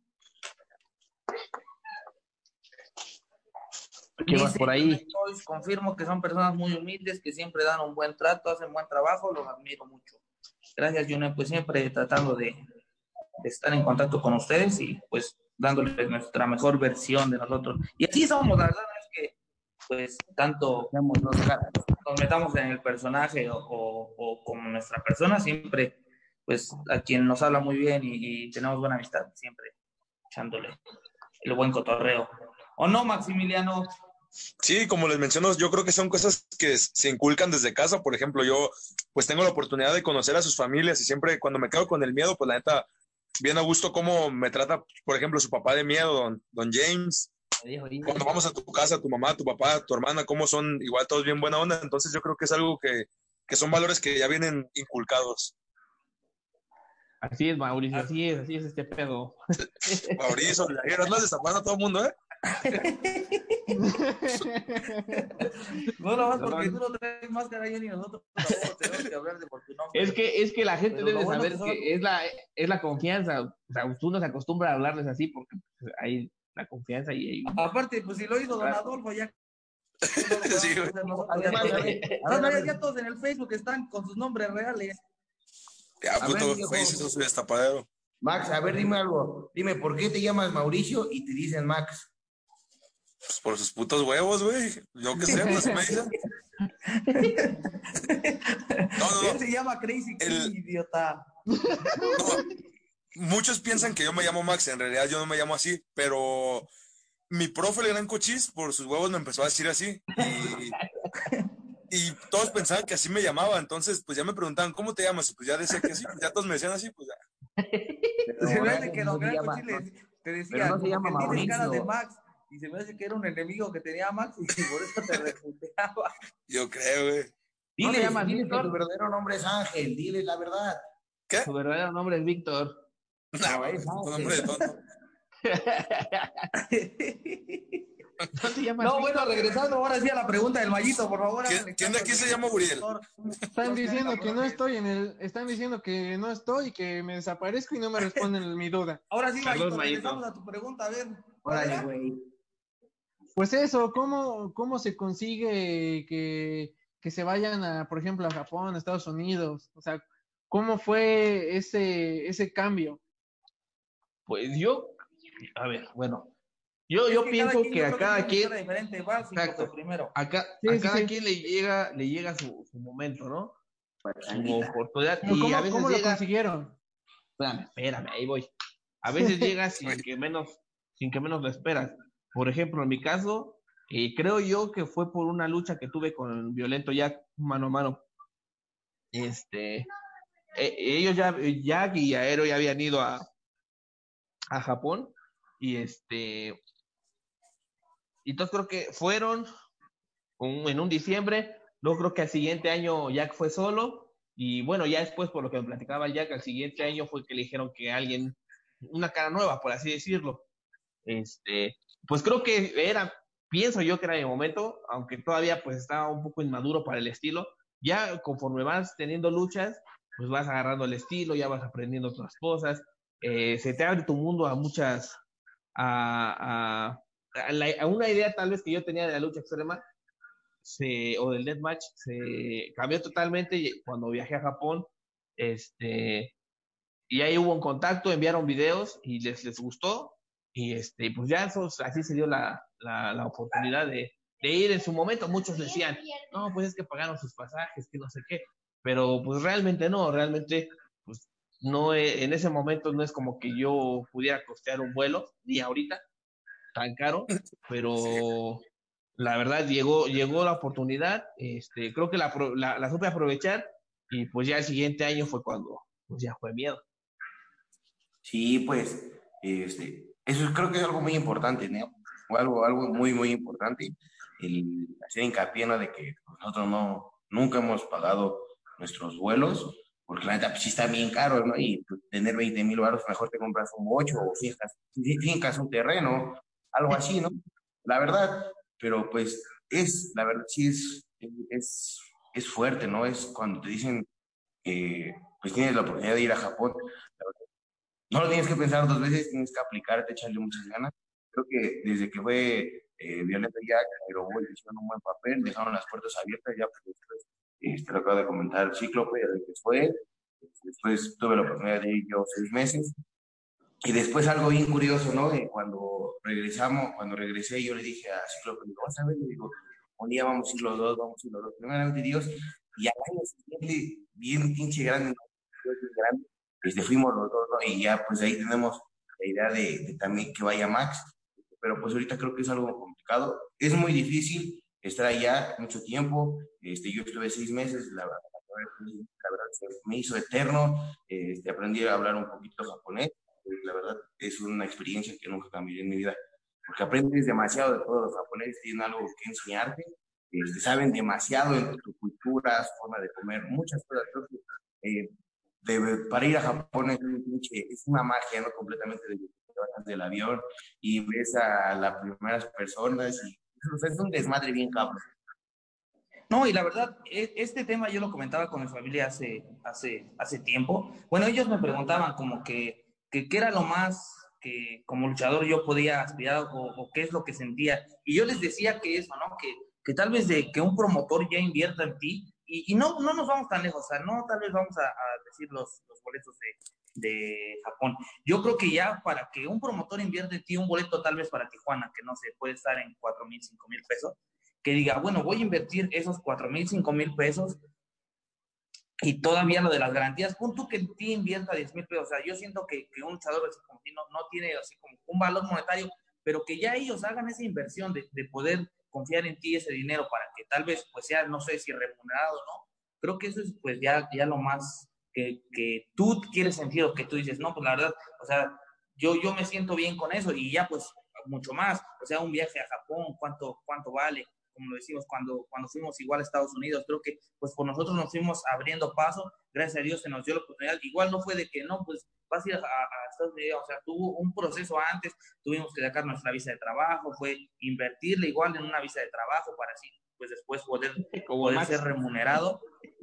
¿Qué más por ahí? Confirmo que son personas muy humildes, que siempre dan un buen trato, hacen buen trabajo, los admiro mucho. Gracias, Junior, pues siempre tratando de estar en contacto con ustedes y pues dándoles nuestra mejor versión de nosotros. Y así somos, la verdad es que pues tanto nos metamos en el personaje o como nuestra persona, siempre pues a quien nos habla muy bien y tenemos buena amistad, siempre echándole el buen cotorreo. ¿O no, Maximiliano? Sí, como les menciono, yo creo que son cosas que se inculcan desde casa. Por ejemplo, yo pues tengo la oportunidad de conocer a sus familias y siempre cuando me quedo con el miedo, pues la neta, bien a gusto cómo me trata, por ejemplo, su papá de miedo, don James. Cuando vamos a tu casa, tu mamá, tu papá, tu hermana, cómo son igual todos bien buena onda. Entonces yo creo que es algo que son valores que ya vienen inculcados. Así es, Mauricio, así es este pedo. Mauricio, no destapando a todo el mundo, ¿eh? No, nomás porque tú no traes máscara, yo ni nosotros tampoco tenemos que hablar de por tu nombre. Es que la gente debe bueno saber que es la confianza. O sea, tú no se acostumbra a hablarles así porque pues, hay la confianza y hay... Aparte, pues si lo hizo don Adolfo, ya. Sí, güey. Además, ya todos en el Facebook están con sus nombres reales. Ya, puto, hizo su destapadero. Max, a ver, dime algo. Dime, ¿por qué te llamas Mauricio y te dicen Max? Pues por sus putos huevos, güey. Yo qué sé, pues me dicen. No. Él se llama Crazy King, idiota. No, muchos piensan que yo me llamo Max, en realidad yo no me llamo así, pero mi profe, el gran Cochis, por sus huevos me empezó a decir así. Y todos pensaban que así me llamaba, entonces pues ya me preguntaban, ¿cómo te llamas? Y pues ya decía que sí, ya todos me decían así, pues ya. Se me hace que don Gran Cochis te decía, no se llama como que tienes cara de Mauricio. Max. Y se me hace que era un enemigo que tenía Max y por eso te reputeaba. Yo creo, güey. Dile se llama que Víctor. tu verdadero nombre es Ángel, dile la verdad. ¿Qué? Su verdadero nombre es Víctor. No, es un nombre de tonto. No se llama No, Víctor. bueno, regresando ahora sí a la pregunta del Mallito, por favor. ¿Quién de aquí se llama Uriel? Están diciendo que no estoy están diciendo que no estoy, que me desaparezco y no me responden mi duda. Ahora sí, Mallito, Perdón, Mayito. regresamos a tu pregunta, a ver. Órale, güey. Pues eso, ¿cómo se consigue que se vayan por ejemplo, a Japón, a Estados Unidos? O sea, ¿cómo fue ese cambio? Pues a ver, bueno, yo pienso que a cada quien, Exacto. Primero. a cada quien le llega su momento, ¿no? Su oportunidad. Y a veces ¿Cómo lo llega, consiguieron? espérame, ahí voy. A veces llega sin que menos lo esperas. Por ejemplo, en mi caso, creo yo que fue por una lucha que tuve con el Violento Jack mano a mano. Ellos Jack y Aero ya habían ido a Japón y entonces creo que fueron en un diciembre. Luego creo que al siguiente año Jack fue solo y bueno, ya después por lo que me platicaba Jack, al siguiente año fue que le dijeron que alguien, una cara nueva, por así decirlo. Pues creo que pienso yo que era mi momento, aunque todavía pues estaba un poco inmaduro para el estilo. Ya conforme vas teniendo luchas, pues vas agarrando el estilo, ya vas aprendiendo otras cosas, se te abre tu mundo a muchas, a una idea tal vez que yo tenía de la lucha extrema, o del deathmatch, se cambió totalmente cuando viajé a Japón, y ahí hubo un contacto, enviaron videos y les gustó. Y pues ya así se dio la oportunidad de ir en su momento. Muchos decían, no, pues es que pagaron sus pasajes, que no sé qué. Pero pues realmente no, realmente pues no, en ese momento no es como que yo pudiera costear un vuelo, ni ahorita, tan caro, pero la verdad llegó la oportunidad, creo que la supe aprovechar, y pues ya el siguiente año fue cuando pues ya fue miedo. Sí, pues, eso creo que es algo muy importante, ¿no? O algo muy, muy importante, el hacer hincapié, ¿no? De que nosotros nunca hemos pagado nuestros vuelos, porque la neta, pues sí está bien caro, ¿no? Y pues, tener 20,000 baros, mejor te compras un bocho o fincas un terreno, algo así, ¿no? La verdad, pero pues la verdad sí es fuerte, ¿no? Es cuando te dicen que pues tienes la oportunidad de ir a Japón. No lo tienes que pensar dos veces, tienes que aplicarte, echarle muchas ganas. Creo que desde que fue Violeta y Jack, Aerobús hicieron un buen papel, dejaron las puertas abiertas, ya pues después, lo acabo de comentar, el Cíclope, el que fue, después tuve la oportunidad de ir yo 6 meses, y después algo bien curioso, ¿no? Cuando regresé, yo le dije a Cíclope, digo, vas a ver, le digo, un día vamos a ir los dos, primeramente Dios, y al año siguiente, bien pinche grande, ¿no? Bien grande, fuimos los dos, ¿no? Y ya pues ahí tenemos la idea de también que vaya Max, pero pues ahorita creo que es algo complicado, es muy difícil estar allá mucho tiempo, yo estuve 6 meses, la verdad se me hizo eterno, aprendí a hablar un poquito japonés, la verdad es una experiencia que nunca cambiaré en mi vida, porque aprendes demasiado de todos los japoneses, tienen algo que enseñarte, saben demasiado de tu cultura, su forma de comer, muchas cosas. Creo que, para ir a Japón es una magia, ¿no? Completamente desde que te bajas del avión y ves a las primeras personas y o sea, es un desmadre bien cabrón. No, y la verdad, este tema yo lo comentaba con mi familia hace tiempo. Bueno, ellos me preguntaban como que qué era lo más que como luchador yo podía aspirar o qué es lo que sentía. Y yo les decía que eso, ¿no? Que tal vez de que un promotor ya invierta en ti y no nos vamos tan lejos, o sea, no tal vez vamos a decir los boletos de Japón. Yo creo que ya para que un promotor invierta en ti un boleto tal vez para Tijuana, que no se puede estar en 4,000, 5,000 pesos, que diga, bueno, voy a invertir esos 4,000, 5,000 pesos y todavía lo de las garantías, punto que ti invierta 10,000 pesos. O sea, yo siento que un luchador así como no tiene así como un valor monetario, pero que ya ellos hagan esa inversión de poder confiar en ti ese dinero para que tal vez pues sea, no sé si remunerado o no. Creo que eso es pues ya lo más que tú quieres sentir o que tú dices, no, pues la verdad, o sea, yo me siento bien con eso y ya pues mucho más. O sea, un viaje a Japón, ¿cuánto vale? Como lo decimos, cuando fuimos igual a Estados Unidos, creo que pues por nosotros nos fuimos abriendo paso, gracias a Dios se nos dio la oportunidad, igual no fue de que no, pues vas a ir a Estados Unidos, o sea, tuvo un proceso antes, tuvimos que sacar nuestra visa de trabajo, fue invertirle igual en una visa de trabajo para así, pues después poder ser remunerado.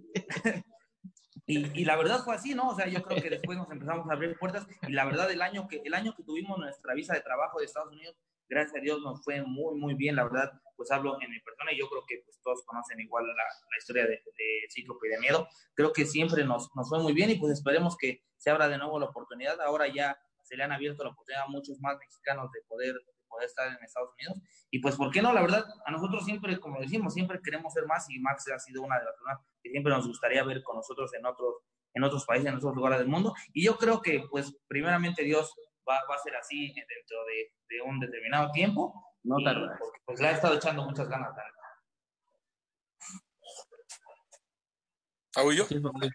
Y la verdad fue así, ¿no? O sea, yo creo que después nos empezamos a abrir puertas y la verdad el año que tuvimos nuestra visa de trabajo de Estados Unidos, gracias a Dios nos fue muy, muy bien, la verdad, pues hablo en mi persona y yo creo que pues todos conocen igual la historia de Cíclope y de Miedo, creo que siempre nos fue muy bien y pues esperemos que se abra de nuevo la oportunidad, ahora ya se le han abierto la oportunidad a muchos más mexicanos de poder estar en Estados Unidos y pues ¿por qué no? La verdad, a nosotros siempre, como decimos, siempre queremos ser más y Max ha sido una de las personas que siempre nos gustaría ver con nosotros en otros países, en otros lugares del mundo y yo creo que pues primeramente Dios va a ser así dentro de un determinado tiempo. No tarda. Porque pues le ha estado echando muchas ganas. ¿Hago yo?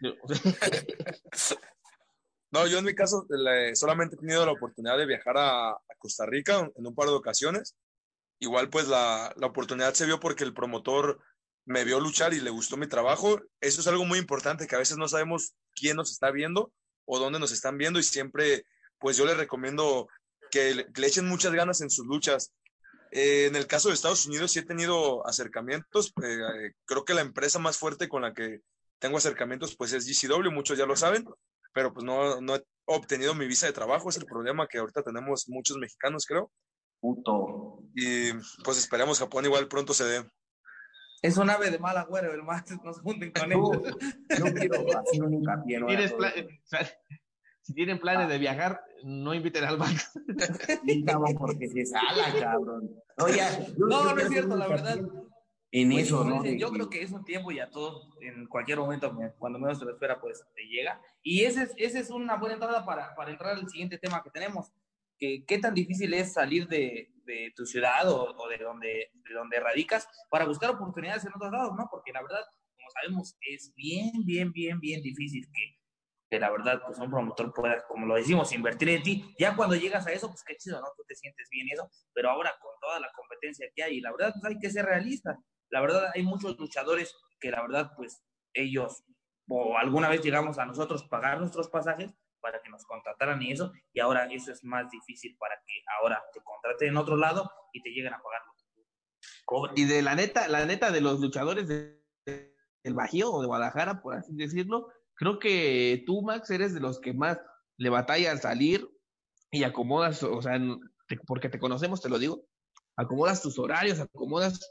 No, yo en mi caso solamente he tenido la oportunidad de viajar a Costa Rica en un par de ocasiones. Igual pues la oportunidad se vio porque el promotor me vio luchar y le gustó mi trabajo. Eso es algo muy importante, que a veces no sabemos quién nos está viendo o dónde nos están viendo y siempre pues yo les recomiendo que le echen muchas ganas en sus luchas. En el caso de Estados Unidos sí he tenido acercamientos. Creo que la empresa más fuerte con la que tengo acercamientos pues es GCW, muchos ya lo saben, pero pues no he obtenido mi visa de trabajo. Es el problema que ahorita tenemos muchos mexicanos, creo. Puto. Y pues esperemos Japón igual pronto se dé. Es un ave de mal agüero, el Max, no se junten con él. Yo quiero hacer un hincapié, ¿no? Si tienen planes de viajar, no inviten al Max. Sí, cabrón, porque se sala, cabrón. No, no es cierto, la verdad. en Pues, eso, como ¿no? dicen, yo creo que es un tiempo y a todos, en cualquier momento, cuando menos te lo espera, pues te llega. Y ese es una buena entrada para entrar al siguiente tema que tenemos. ¿Qué tan difícil es salir de tu ciudad o de donde radicas para buscar oportunidades en otros lados, ¿no? Porque la verdad, como sabemos, es bien difícil que la verdad, pues un promotor pueda, como lo decimos, invertir en ti. Ya cuando llegas a eso, pues qué chido, ¿no? Tú te sientes bien y eso, pero ahora con toda la competencia que hay, y la verdad, pues hay que ser realistas. La verdad, hay muchos luchadores que la verdad, pues ellos, o alguna vez llegamos a nosotros pagar nuestros pasajes para que nos contrataran y eso, y ahora eso es más difícil para que ahora te contraten en otro lado y te lleguen a pagar lo que tú cobras. Y de la neta de los luchadores del Bajío o de Guadalajara, por así decirlo, creo que tú, Max, eres de los que más le batalla al salir y acomodas, o sea, porque te conocemos, te lo digo, acomodas tus horarios, acomodas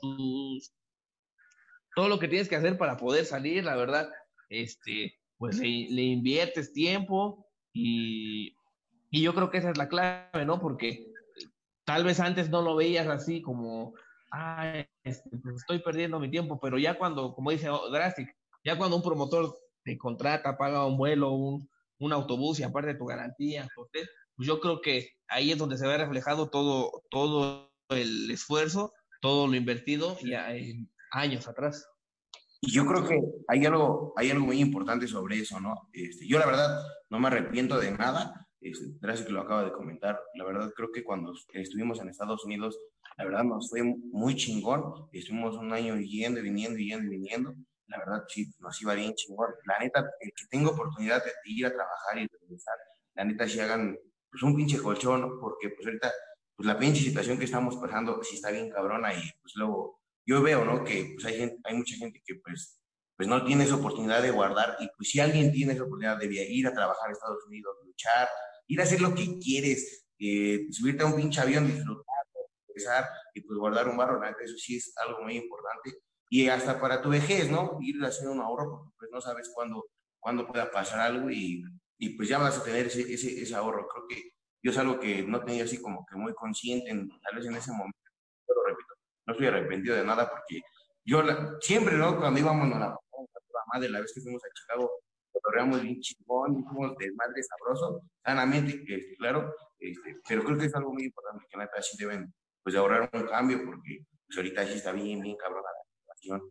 todo lo que tienes que hacer para poder salir, la verdad, pues le inviertes tiempo y yo creo que esa es la clave, ¿no? Porque tal vez antes no lo veías así como, ay, pues estoy perdiendo mi tiempo, pero ya cuando, como dice Drastic, ya cuando un promotor te contrata, paga un vuelo, un autobús y aparte tu garantía, hotel, pues yo creo que ahí es donde se ve reflejado todo el esfuerzo, todo lo invertido ya en años atrás. Y yo creo que hay algo muy importante sobre eso, ¿no? Yo la verdad no me arrepiento de nada, gracias que lo acaba de comentar, la verdad creo que cuando estuvimos en Estados Unidos, la verdad nos fue muy chingón, estuvimos un año yendo y viniendo, yendo y viniendo, la verdad sí, nos iba bien chingón. La neta, que tengo oportunidad de ir a trabajar y regresar, la neta sí hagan pues un pinche colchón, ¿no? Porque pues ahorita, pues la pinche situación que estamos pasando sí está bien cabrona y pues luego yo veo, ¿no? Que pues hay mucha gente que pues no tiene esa oportunidad de guardar y pues si alguien tiene esa oportunidad de ir a trabajar a Estados Unidos, luchar, ir a hacer lo que quieres, subirte a un pinche avión, disfrutar, regresar y pues guardar un barro, ¿no? Eso sí es algo muy importante. Y hasta para tu vejez, ¿no? Ir a hacer un ahorro porque pues no sabes cuándo pueda pasar algo y pues ya vas a tener ese ahorro. Creo que yo es algo que no tenía así como que muy consciente tal vez en ese momento, pero repito, no estoy arrepentido de nada porque siempre, ¿no? Cuando íbamos a la madre, la vez que fuimos a Chicago, cotorreamos bien chingón, hicimos desmadre sabroso, sanamente, claro, pero creo que es algo muy importante que la neta sí deben, pues, de ahorrar un cambio porque, pues, ahorita sí está bien cabrona la situación.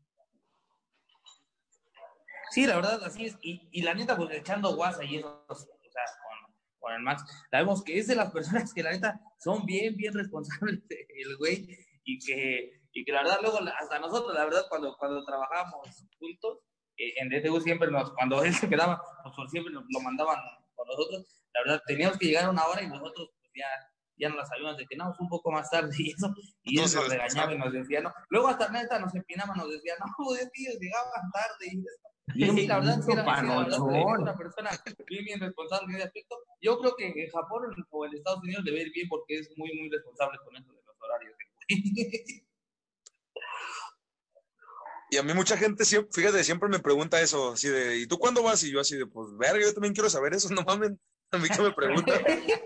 Sí, la verdad, así es. Y la neta, pues echando guasa y eso, o sea, con el Max, sabemos que es de las personas que la neta son bien responsables el güey y que la verdad luego hasta nosotros, la verdad, cuando trabajábamos juntos, en DTU siempre cuando él se quedaba, pues por siempre lo mandaban con nosotros, la verdad, teníamos que llegar a una hora y nosotros pues ya no la sabíamos de que no, fue un poco más tarde y eso, y él nos regañaba y nos decía, no, luego hasta neta nos empinaba, nos decía, no, es que ellos llegaban tarde y eso. Sí, la verdad, sí, era una persona bien responsable en ese aspecto. Yo creo que en Japón o en Estados Unidos debe ir bien porque es muy responsable con eso de los horarios. Y a mí mucha gente, fíjate, siempre me pregunta eso, así de, ¿y tú cuándo vas? Y yo así de, pues, verga, yo también quiero saber eso, no mames, a mí que me preguntan.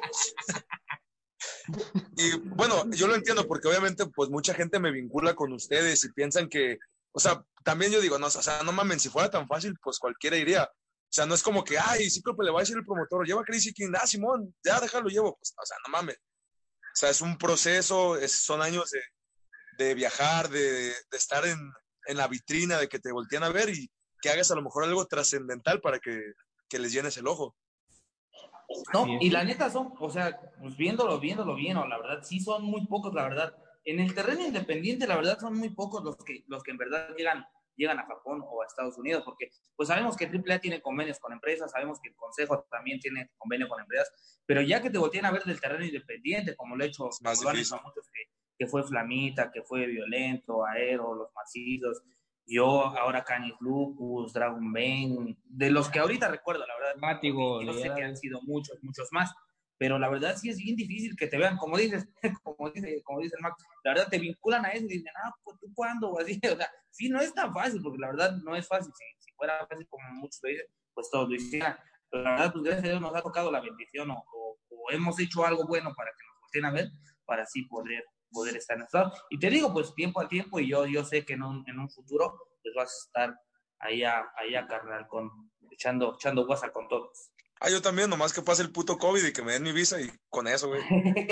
Y bueno, yo lo entiendo porque obviamente, pues, mucha gente me vincula con ustedes y piensan que, o sea, también yo digo, no, o sea, no mames, si fuera tan fácil, pues cualquiera iría. O sea, no es como que, ay, sí, pero le va a decir el promotor, lleva a Crazy King, Simón, ya déjalo, llevo. Pues, o sea, no mames. O sea, es un proceso, son años de viajar, de estar en la vitrina, de que te volteen a ver y que hagas a lo mejor algo trascendental para que les llenes el ojo. No, y la neta son, o sea, pues viéndolo bien, o la verdad, sí son muy pocos, la verdad. En el terreno independiente, la verdad, son muy pocos los que en verdad llegan a Japón o a Estados Unidos, porque pues sabemos que AAA tiene convenios con empresas, sabemos que el Consejo también tiene convenio con empresas, pero ya que te volteen a ver del terreno independiente, como lo he hecho, como lo han hecho muchos que fue Flamita, que fue Violento, Aero, Los Macizos, yo, ahora Canis Lupus, Dragon Bane, de los que ahorita recuerdo, la verdad, Mátigo, yo sé que han sido muchos más, pero la verdad sí es bien difícil que te vean, como dices, como dice el Max, la verdad te vinculan a eso y dicen, pues tú cuándo, o así, o sea, sí, no es tan fácil, porque la verdad no es fácil, si fuera fácil como muchos lo dicen, pues todos lo hicieran, pero la verdad, pues gracias a Dios nos ha tocado la bendición o hemos hecho algo bueno para que nos volteen a ver, para así poder estar en el estado. Y te digo, pues tiempo al tiempo, y yo sé que en un futuro pues vas a estar allá carnal, echando guasa con todos. Yo también, nomás que pase el puto COVID y que me den mi visa y con eso, güey.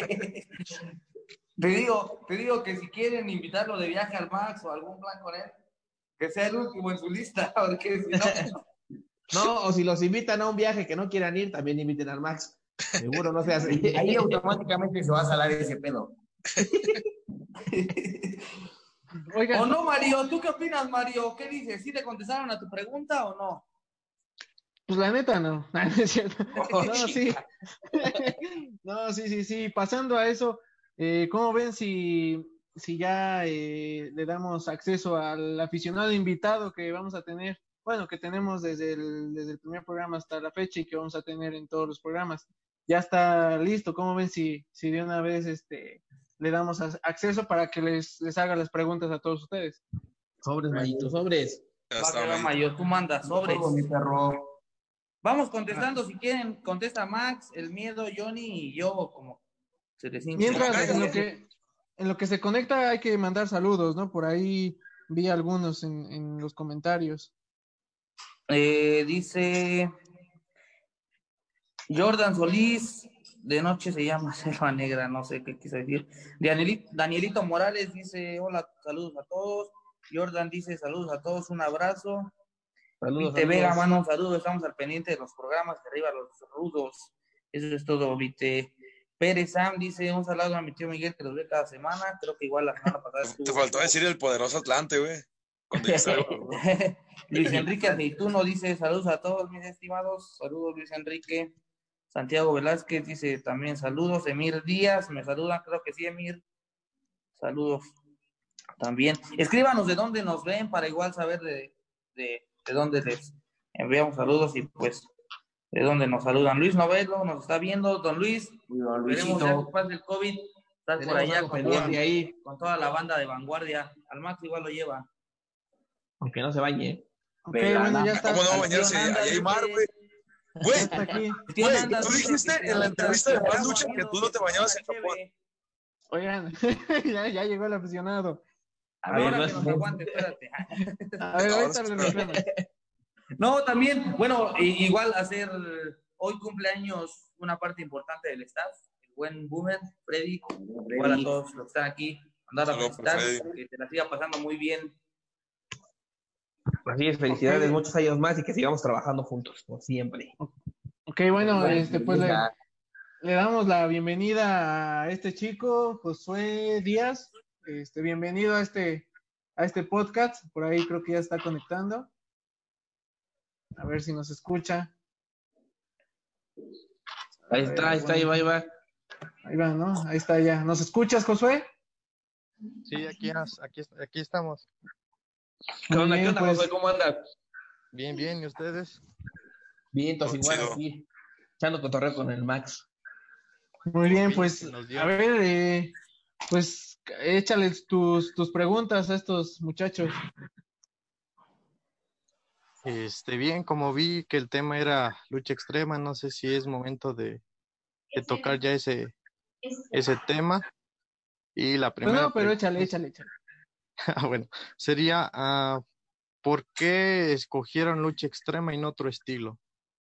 Te digo que si quieren invitarlo de viaje al Max o algún plan con él, que sea el último en su lista, porque si no... No, o si los invitan a un viaje que no quieran ir, también inviten al Max. Seguro no se hace. Ahí automáticamente se va a salar ese pedo. Oigan, ¿O no, Mario? ¿Tú qué opinas, Mario? ¿Qué dices? ¿Sí te contestaron a tu pregunta o no? pues la neta no. No es cierto. No, sí. No, sí. Pasando a eso, ¿cómo ven si ya le damos acceso al aficionado invitado que vamos a tener? Bueno, que tenemos desde el primer programa hasta la fecha y que vamos a tener en todos los programas. Ya está listo. ¿Cómo ven si de una vez le damos acceso para que les haga las preguntas a todos ustedes? Sobres, Mayito, sobres. Ya Va está, que va, güey. Mario, tú mandas sobres. Todo, mi perro. Vamos contestando, si quieren, contesta Max, El Miedo, Johnny y yo, como se les hinche. Mientras, en lo que se conecta hay que mandar saludos, ¿no? Por ahí vi algunos en los comentarios. Dice Jordan Solís, de noche se llama Selva Negra, no sé qué quiso decir. Danielito Morales dice, hola, saludos a todos. Jordan dice, saludos a todos, un abrazo. Saludos. Vite Vega, mano, un saludo, estamos al pendiente de los programas, de arriba los rudos. Eso es todo, Vite. Pérez Sam dice, un saludo a mi tío Miguel, que los ve cada semana. Creo que igual la semana pasada estuvo... Te faltó decir el poderoso Atlante, güey. Luis Enrique Aceituno dice, saludos a todos mis estimados. Saludos, Luis Enrique. Santiago Velázquez dice también saludos. Emir Díaz, me saludan, creo que sí, Emir. Saludos también. Escríbanos de dónde nos ven para igual saber de dónde les enviamos saludos y pues de dónde nos saludan. Luis Novelo nos está viendo. Don Luis, veremos ya que pase el COVID, estás por allá con toda la banda de Vanguardia. Al Max igual lo lleva. Aunque no se bañe. Ok, bueno, ya está. ¿Cómo no bañarse? Ahí hay mar, güey. Güey, Está aquí. tú dijiste en la entrevista de Juan Lucha que tú no te bañabas en Japón. Oigan, ya llegó el aficionado. Ahora que nos aguante, espérate. A ver, ahorita le reclamo. No, también, bueno, igual hacer, hoy cumpleaños una parte importante del staff, el buen Boomer, Freddy, igual a todos los que están aquí, mandar a felicitar, que se la siga pasando muy bien. Así es, felicidades, muchos años más y que sigamos trabajando juntos, por siempre. Ok, bueno, pues le damos la bienvenida a este chico, Josué Díaz. Bienvenido a este podcast. Por ahí creo que ya está conectando. A ver si nos escucha. Ahí está, ahí va. Ahí va, ¿no? Ahí está ya. ¿Nos escuchas, Josué? Sí, aquí estamos. ¿Qué onda, pues, Josué? ¿Cómo andas? Bien, ¿y ustedes? Bien, entonces igual aquí, echando cotorreo con el Max. Muy bien, pues, a ver, pues, échales tus preguntas a estos muchachos. Bien, como vi que el tema era lucha extrema, no sé si es momento de tocar ya ese tema. Y la primera... No, pero échale. Bueno, sería, ¿por qué escogieron lucha extrema y no otro estilo?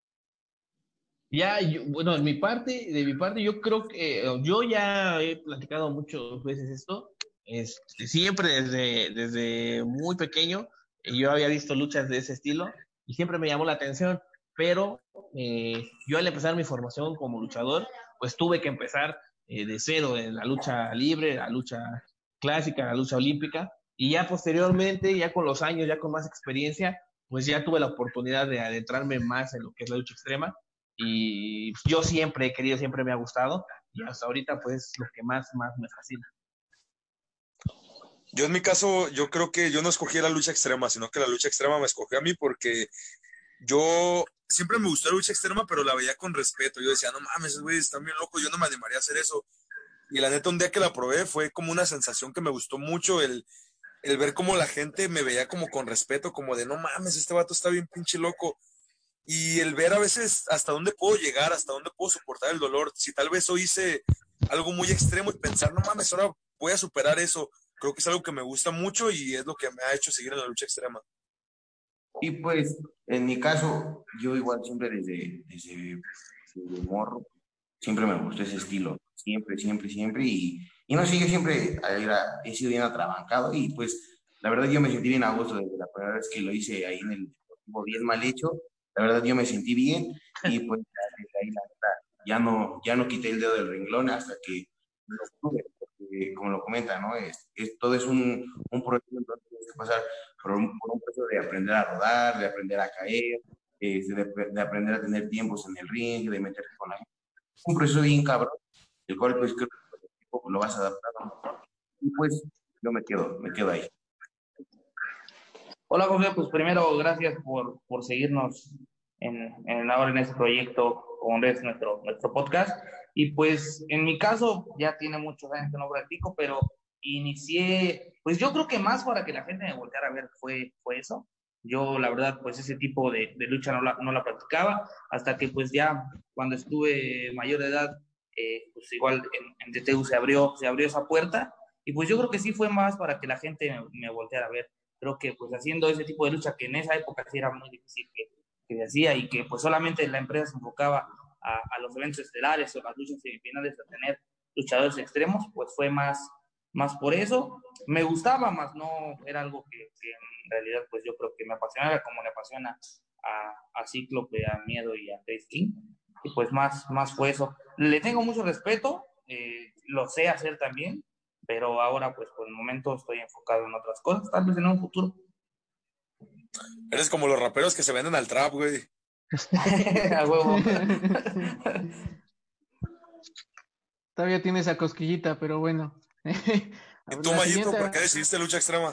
Bueno, de mi parte, yo creo que yo ya he platicado muchas veces esto. Siempre desde muy pequeño yo había visto luchas de ese estilo y siempre me llamó la atención, pero yo al empezar mi formación como luchador, pues tuve que empezar de cero en la lucha libre, la lucha clásica, la lucha olímpica, y ya posteriormente, ya con los años, ya con más experiencia, pues ya tuve la oportunidad de adentrarme más en lo que es la lucha extrema, y yo siempre he querido, siempre me ha gustado, y hasta ahorita pues es lo que más me fascina. Yo en mi caso, yo creo que yo no escogí la lucha extrema, sino que la lucha extrema me escogió a mí porque yo siempre me gustó la lucha extrema, pero la veía con respeto. Yo decía, no mames, güey, están bien locos, yo no me animaría a hacer eso. Y la neta, un día que la probé fue como una sensación que me gustó mucho, el ver cómo la gente me veía como con respeto, como de, no mames, este vato está bien pinche loco. Y el ver a veces hasta dónde puedo llegar, hasta dónde puedo soportar el dolor. Si tal vez hoy hice algo muy extremo y pensar, no mames, ahora voy a superar eso. Creo que es algo que me gusta mucho y es lo que me ha hecho seguir en la lucha extrema. Y pues, en mi caso, yo igual siempre desde morro, siempre me gustó ese estilo, siempre, siempre, siempre, y no sé, yo siempre he sido bien atrabancado, y pues, la verdad yo me sentí bien a gusto desde la primera vez que lo hice ahí en el Deportivo bien mal hecho, la verdad yo me sentí bien, y pues desde ahí la verdad, ya no quité el dedo del renglón hasta que lo tuve, porque como lo comenta, ¿no? Todo es un proceso, entonces tienes que pasar por un proceso de aprender a rodar, de aprender a caer, de aprender a tener tiempos en el ring, de meterte con la gente. Es un proceso bien cabrón, el cual pues creo que con el tiempo lo vas adaptando. Y pues yo me quedo ahí. Hola José, pues primero gracias por seguirnos ahora en este proyecto, como es nuestro podcast. Y pues en mi caso, ya tiene muchos años que no practico, pero inicié, pues yo creo que más para que la gente me volteara a ver fue eso. Yo la verdad, pues ese tipo de lucha no la practicaba, hasta que pues ya cuando estuve mayor de edad, pues igual en DTU se abrió esa puerta, y pues yo creo que sí fue más para que la gente me volteara a ver. Creo que pues haciendo ese tipo de lucha que en esa época sí era muy difícil que se hacía, y que pues solamente la empresa se enfocaba a los eventos estelares o las luchas semifinales a tener luchadores extremos, pues fue más por eso. Me gustaba, más no era algo que en realidad pues yo creo que me apasionaba como le apasiona a Cíclope, a Miedo y a Chris King, y pues más fue eso. Le tengo mucho respeto, lo sé hacer también, pero ahora pues por el momento estoy enfocado en otras cosas, tal vez en un futuro. Eres como los raperos que se venden al trap, güey. A huevo. Todavía tiene esa cosquillita, pero bueno. ¿Y tú, Mayito, por qué decidiste lucha extrema?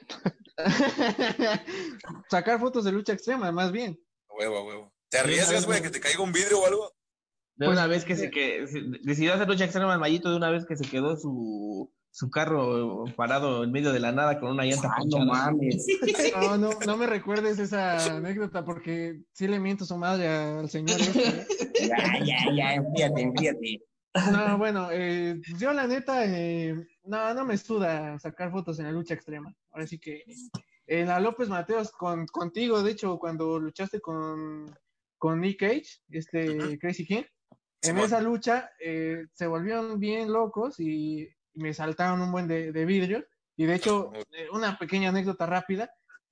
Sacar fotos de lucha extrema, más bien. A huevo, a huevo. ¿Te arriesgas, güey, que te caiga un vidrio o algo? De Pues, una vez que decidió hacer lucha extrema al Mayito, de una vez que se quedó su carro parado en medio de la nada con una llanta No ponchada. mames. No me recuerdes esa anécdota, porque sí le miento su madre al señor este. Ya, enfríate. No, bueno, yo la neta, no me estuda sacar fotos en la lucha extrema. Ahora sí que en la López Mateos, contigo, de hecho, cuando luchaste con Nick Cage, Crazy King, en Simón. esa lucha se volvieron bien locos y me saltaron un buen de vidrios. Y de hecho, una pequeña anécdota rápida,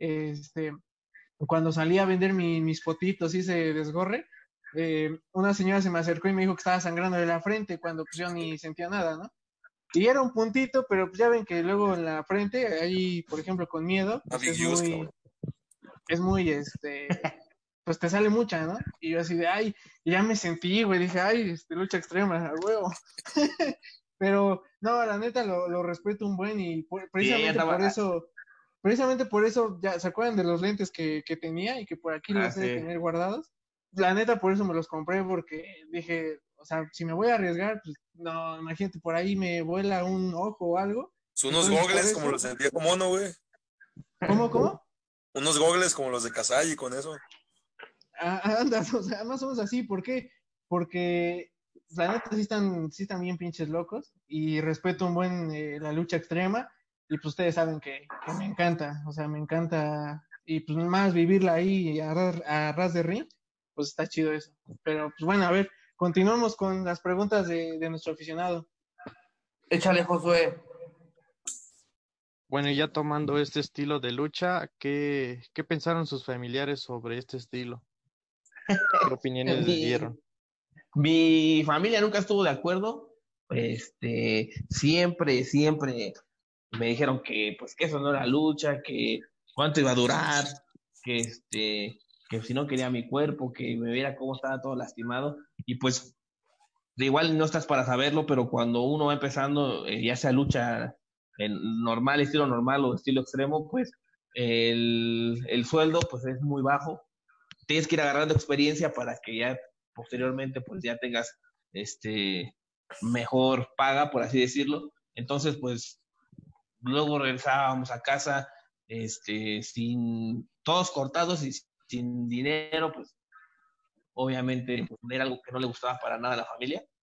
cuando salí a vender mis fotitos y se desgorre, una señora se me acercó y me dijo que estaba sangrando de la frente cuando pues yo ni sentía nada, ¿no? Y era un puntito, pero pues ya ven que luego en la frente, ahí, por ejemplo, con Miedo, pues es muy, pues te sale mucha, ¿no? Y yo así de, ay, ya me sentí, güey, dije, ay, lucha extrema, a huevo. Pero, no, la neta lo respeto un buen, y precisamente por eso, ya, ¿se acuerdan de los lentes que tenía y que por aquí los he de tener guardados? La neta, por eso me los compré, porque dije, o sea, si me voy a arriesgar, pues, no, imagínate, por ahí me vuela un ojo o algo. Son unos Entonces, gogles como los del viejo mono, güey. ¿Cómo? Unos gogles como los de Kasai, con eso. Andas, o sea, más o menos así. ¿Por qué? Porque la neta sí están bien pinches locos, y respeto un buen la lucha extrema, y pues ustedes saben que me encanta, o sea, me encanta, y pues más vivirla ahí a ras de ring, pues está chido eso. Pero pues bueno, a ver, continuamos con las preguntas de nuestro aficionado. Échale, Josué. Bueno, y ya tomando este estilo de lucha, ¿qué pensaron sus familiares sobre este estilo? ¿Qué opiniones les dieron? Mi familia nunca estuvo de acuerdo. Siempre me dijeron que pues que eso no era lucha, que cuánto iba a durar, que si no quería mi cuerpo, que me viera cómo estaba todo lastimado. Y pues de igual no estás para saberlo, pero cuando uno va empezando, ya sea lucha en normal, estilo normal o estilo extremo, pues el sueldo pues es muy bajo. Tienes que ir agarrando experiencia para que ya posteriormente pues ya tengas mejor paga, por así decirlo. Entonces, pues luego regresábamos a casa sin todos cortados y sin dinero, pues obviamente pues, era algo que no le gustaba para nada a la familia.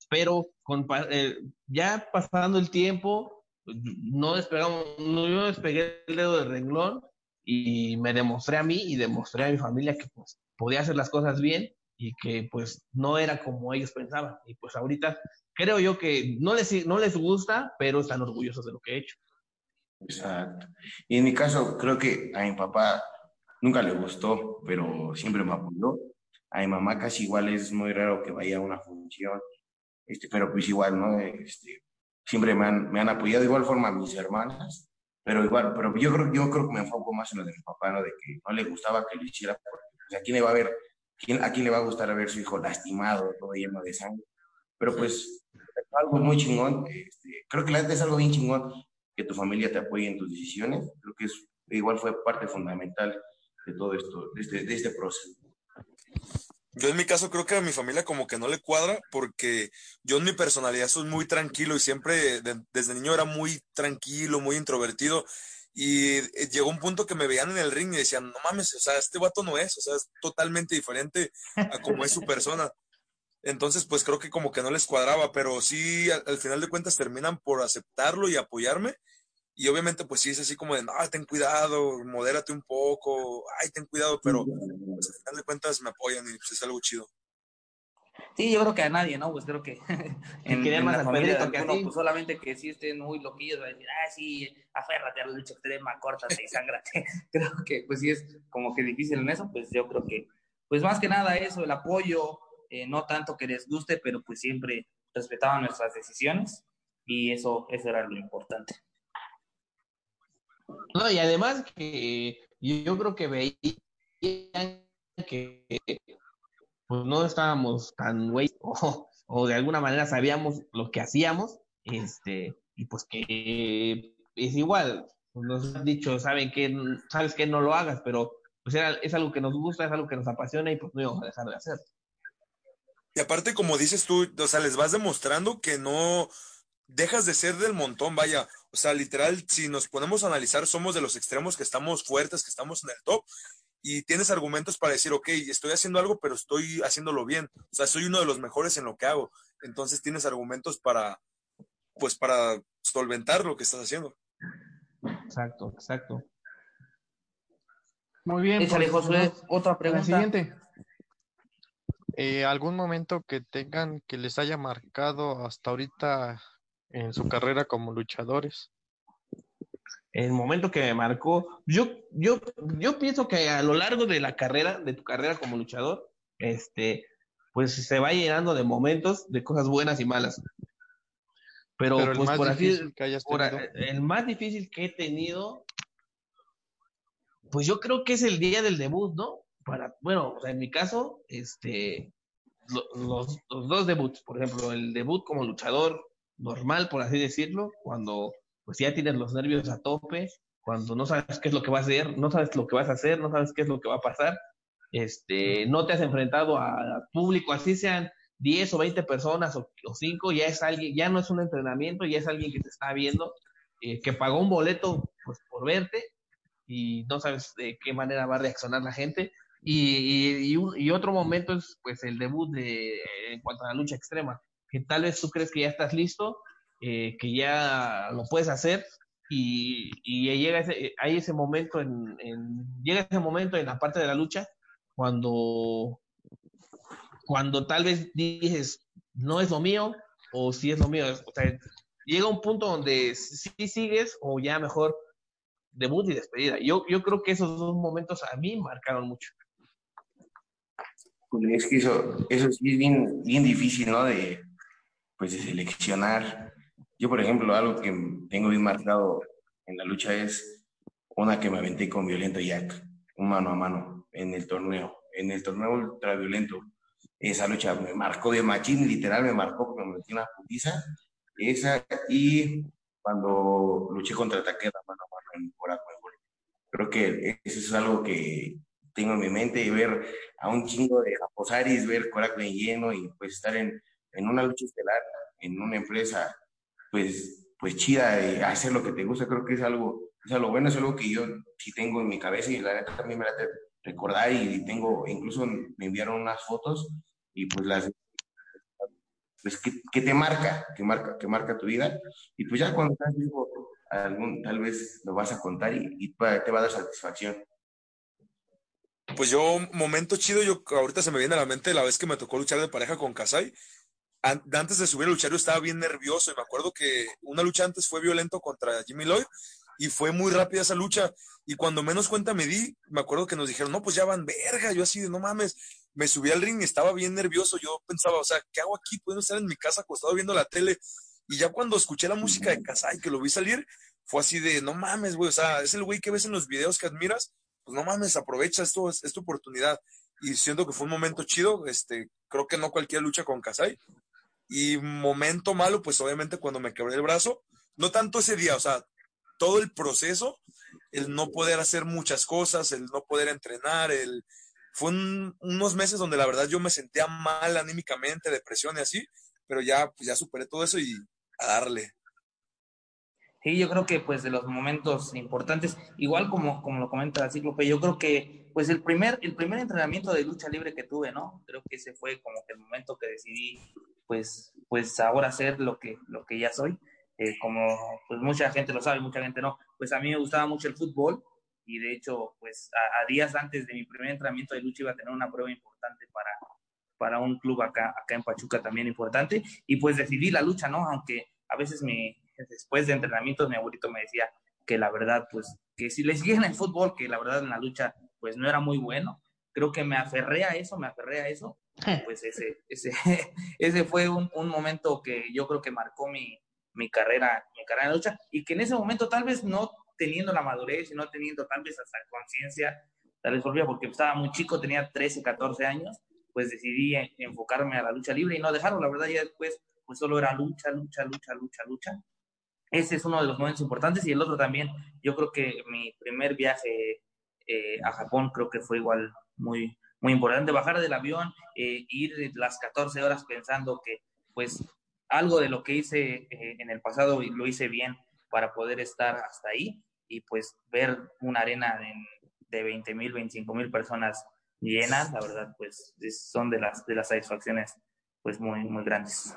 pero ya pasando el tiempo, yo no despegué el dedo del renglón y me demostré a mí y demostré a mi familia que pues podía hacer las cosas bien y que pues no era como ellos pensaban. Y pues ahorita creo yo que no les gusta, pero están orgullosos de lo que he hecho. Exacto. Y en mi caso, creo que a mi papá nunca le gustó, pero siempre me apoyó. A mi mamá casi igual es muy raro que vaya a una función, pero pues igual, ¿no? Siempre me han apoyado de igual forma a mis hermanas, pero igual, pero yo creo que me enfoco más en lo de mi papá, ¿no? De que no le gustaba que lo hiciera, porque pues, ¿a quién le va a ver, a quién le va a gustar ver su hijo lastimado, todo lleno de sangre? Pero pues, algo muy chingón, creo que la neta es algo bien chingón que tu familia te apoye en tus decisiones, creo que igual fue parte fundamental de todo esto, de este proceso. Yo en mi caso creo que a mi familia como que no le cuadra porque yo en mi personalidad soy muy tranquilo y siempre desde niño era muy tranquilo, muy introvertido y llegó un punto que me veían en el ring y decían, no mames, o sea, este vato no es, o sea, es totalmente diferente a cómo es su persona. Entonces, pues creo que como que no les cuadraba, pero sí, al final de cuentas terminan por aceptarlo y apoyarme. Y obviamente, pues sí es así como de, ay, ten cuidado, modérate un poco, ay, ten cuidado, pero pues, al final de cuentas me apoyan y pues es algo chido. Sí, yo creo que a nadie, ¿no? Pues creo que Querían en más la al familia de Pedrito que a alguno, ti. pues solamente que sí estén muy loquillos, va a decir, ah, sí, aférrate a la lucha extrema, córtate y sángrate. Creo que pues sí es como que difícil en eso, pues yo creo que, pues más que nada eso, el apoyo, no tanto que les guste, pero pues siempre respetaban nuestras decisiones y eso era lo importante. No, y además que yo creo que veían que pues no estábamos tan güey o de alguna manera sabíamos lo que hacíamos, y pues que es igual, pues nos han dicho, sabes que no lo hagas, pero pues es algo que nos gusta, es algo que nos apasiona y pues no íbamos a dejar de hacer. Y aparte, como dices tú, o sea, les vas demostrando que no dejas de ser del montón, vaya. O sea, literal, si nos ponemos a analizar, somos de los extremos que estamos fuertes, que estamos en el top, y tienes argumentos para decir, ok, estoy haciendo algo, pero estoy haciéndolo bien. O sea, soy uno de los mejores en lo que hago. Entonces tienes argumentos pues, para solventar lo que estás haciendo. Exacto, exacto. Muy bien, Échale, pues, Josué, otra la pregunta. siguiente. ¿Algún momento que tengan que les haya marcado hasta ahorita en su carrera como luchadores? El momento que me marcó, yo pienso que a lo largo de tu carrera como luchador, pues se va llenando de momentos, de cosas buenas y malas. Pero el pues más por así, difícil que hayas tenido. el más difícil que he tenido, pues yo creo que es el día del debut, ¿no? Bueno, o sea, en mi caso, los dos debuts, por ejemplo, el debut como luchador normal, por así decirlo, cuando pues ya tienes los nervios a tope, cuando no sabes qué es lo que vas a hacer, no sabes lo que vas a hacer, no sabes qué es lo que va a pasar, no te has enfrentado a público, así sean 10 o 20 personas o 5, ya es alguien, ya no es un entrenamiento, ya es alguien que te está viendo, que pagó un boleto pues por verte y no sabes de qué manera va a reaccionar la gente. Y otro momento es pues el debut en cuanto a la lucha extrema, que tal vez tú crees que ya estás listo, que ya lo puedes hacer y hay ese momento llega ese momento en la parte de la lucha cuando tal vez dices no es lo mío o sí es lo mío, o sea, llega un punto donde sí sigues o ya mejor debut y despedida. Yo creo que esos dos momentos a mí marcaron mucho. Pues es que eso sí es bien, bien difícil, ¿no? Pues de seleccionar. Yo, por ejemplo, algo que tengo bien marcado en la lucha es una que me aventé con Violento Jack, un mano a mano, en el torneo ultraviolento. Esa lucha me marcó de machín, literal me marcó porque me metí una putiza. Esa, y cuando luché contra Taquera mano a mano en Coraco. Creo que eso es algo que tengo en mi mente y ver a un chingo de Japosaris, ver Coraco en lleno y pues estar en una lucha estelar, en una empresa pues chida, de hacer lo que te gusta, creo que es algo bueno, es algo que yo sí tengo en mi cabeza y la neta también me la de recordar y tengo, incluso me enviaron unas fotos y pues las pues que te que marca tu vida, y pues ya cuando estás vivo, tal vez lo vas a contar y te va a dar satisfacción. Pues yo, momento chido, yo ahorita se me viene a la mente la vez que me tocó luchar de pareja con Kasai. Antes de subir a luchar yo estaba bien nervioso y me acuerdo que una lucha antes fue violento contra Jimmy Lloyd y fue muy rápida esa lucha y cuando menos cuenta me di, me acuerdo que nos dijeron, no, pues ya van verga, yo así de no mames, me subí al ring y estaba bien nervioso, yo pensaba, o sea, ¿qué hago aquí? Puedo estar en mi casa acostado viendo la tele y ya cuando escuché la música de Kasai que lo vi salir, fue así de no mames, güey, o sea, es el güey que ves en los videos que admiras, pues no mames, aprovecha esto, es tu oportunidad y siento que fue un momento chido, creo que no cualquier lucha con Kasai. Y momento malo, pues obviamente cuando me quebré el brazo, no tanto ese día, o sea, todo el proceso, el no poder hacer muchas cosas, el no poder entrenar, fue unos meses donde la verdad yo me sentía mal anímicamente, depresión y así, pero ya, pues ya superé todo eso y a darle. Sí, yo creo que pues de los momentos importantes, igual como lo comenta Cíclope, yo creo que pues el primer entrenamiento de lucha libre que tuve, ¿no? Creo que ese fue como que el momento que decidí pues ahora ser lo que ya soy. Como pues mucha gente lo sabe, mucha gente no, pues a mí me gustaba mucho el fútbol y de hecho pues a días antes de mi primer entrenamiento de lucha iba a tener una prueba importante para un club acá en Pachuca también importante y pues decidí la lucha, ¿no? Aunque a veces después de entrenamientos mi abuelito me decía que la verdad, pues, que si le seguía en el fútbol, que la verdad en la lucha, pues no era muy bueno. Creo que me aferré a eso, pues ese fue un momento que yo creo que marcó mi carrera en lucha, y que en ese momento tal vez no teniendo la madurez y no teniendo tal vez hasta conciencia, tal vez porque estaba muy chico, tenía 13, 14 años, pues decidí enfocarme a la lucha libre y no dejarlo, la verdad ya después pues solo era lucha. Ese es uno de los momentos importantes y el otro también, yo creo que mi primer viaje a Japón creo que fue igual muy, muy importante, bajar del avión, ir las 14 horas pensando que pues algo de lo que hice en el pasado lo hice bien para poder estar hasta ahí y pues ver una arena de 20,000, 25,000 personas llenas, la verdad pues son de las satisfacciones pues muy, muy grandes.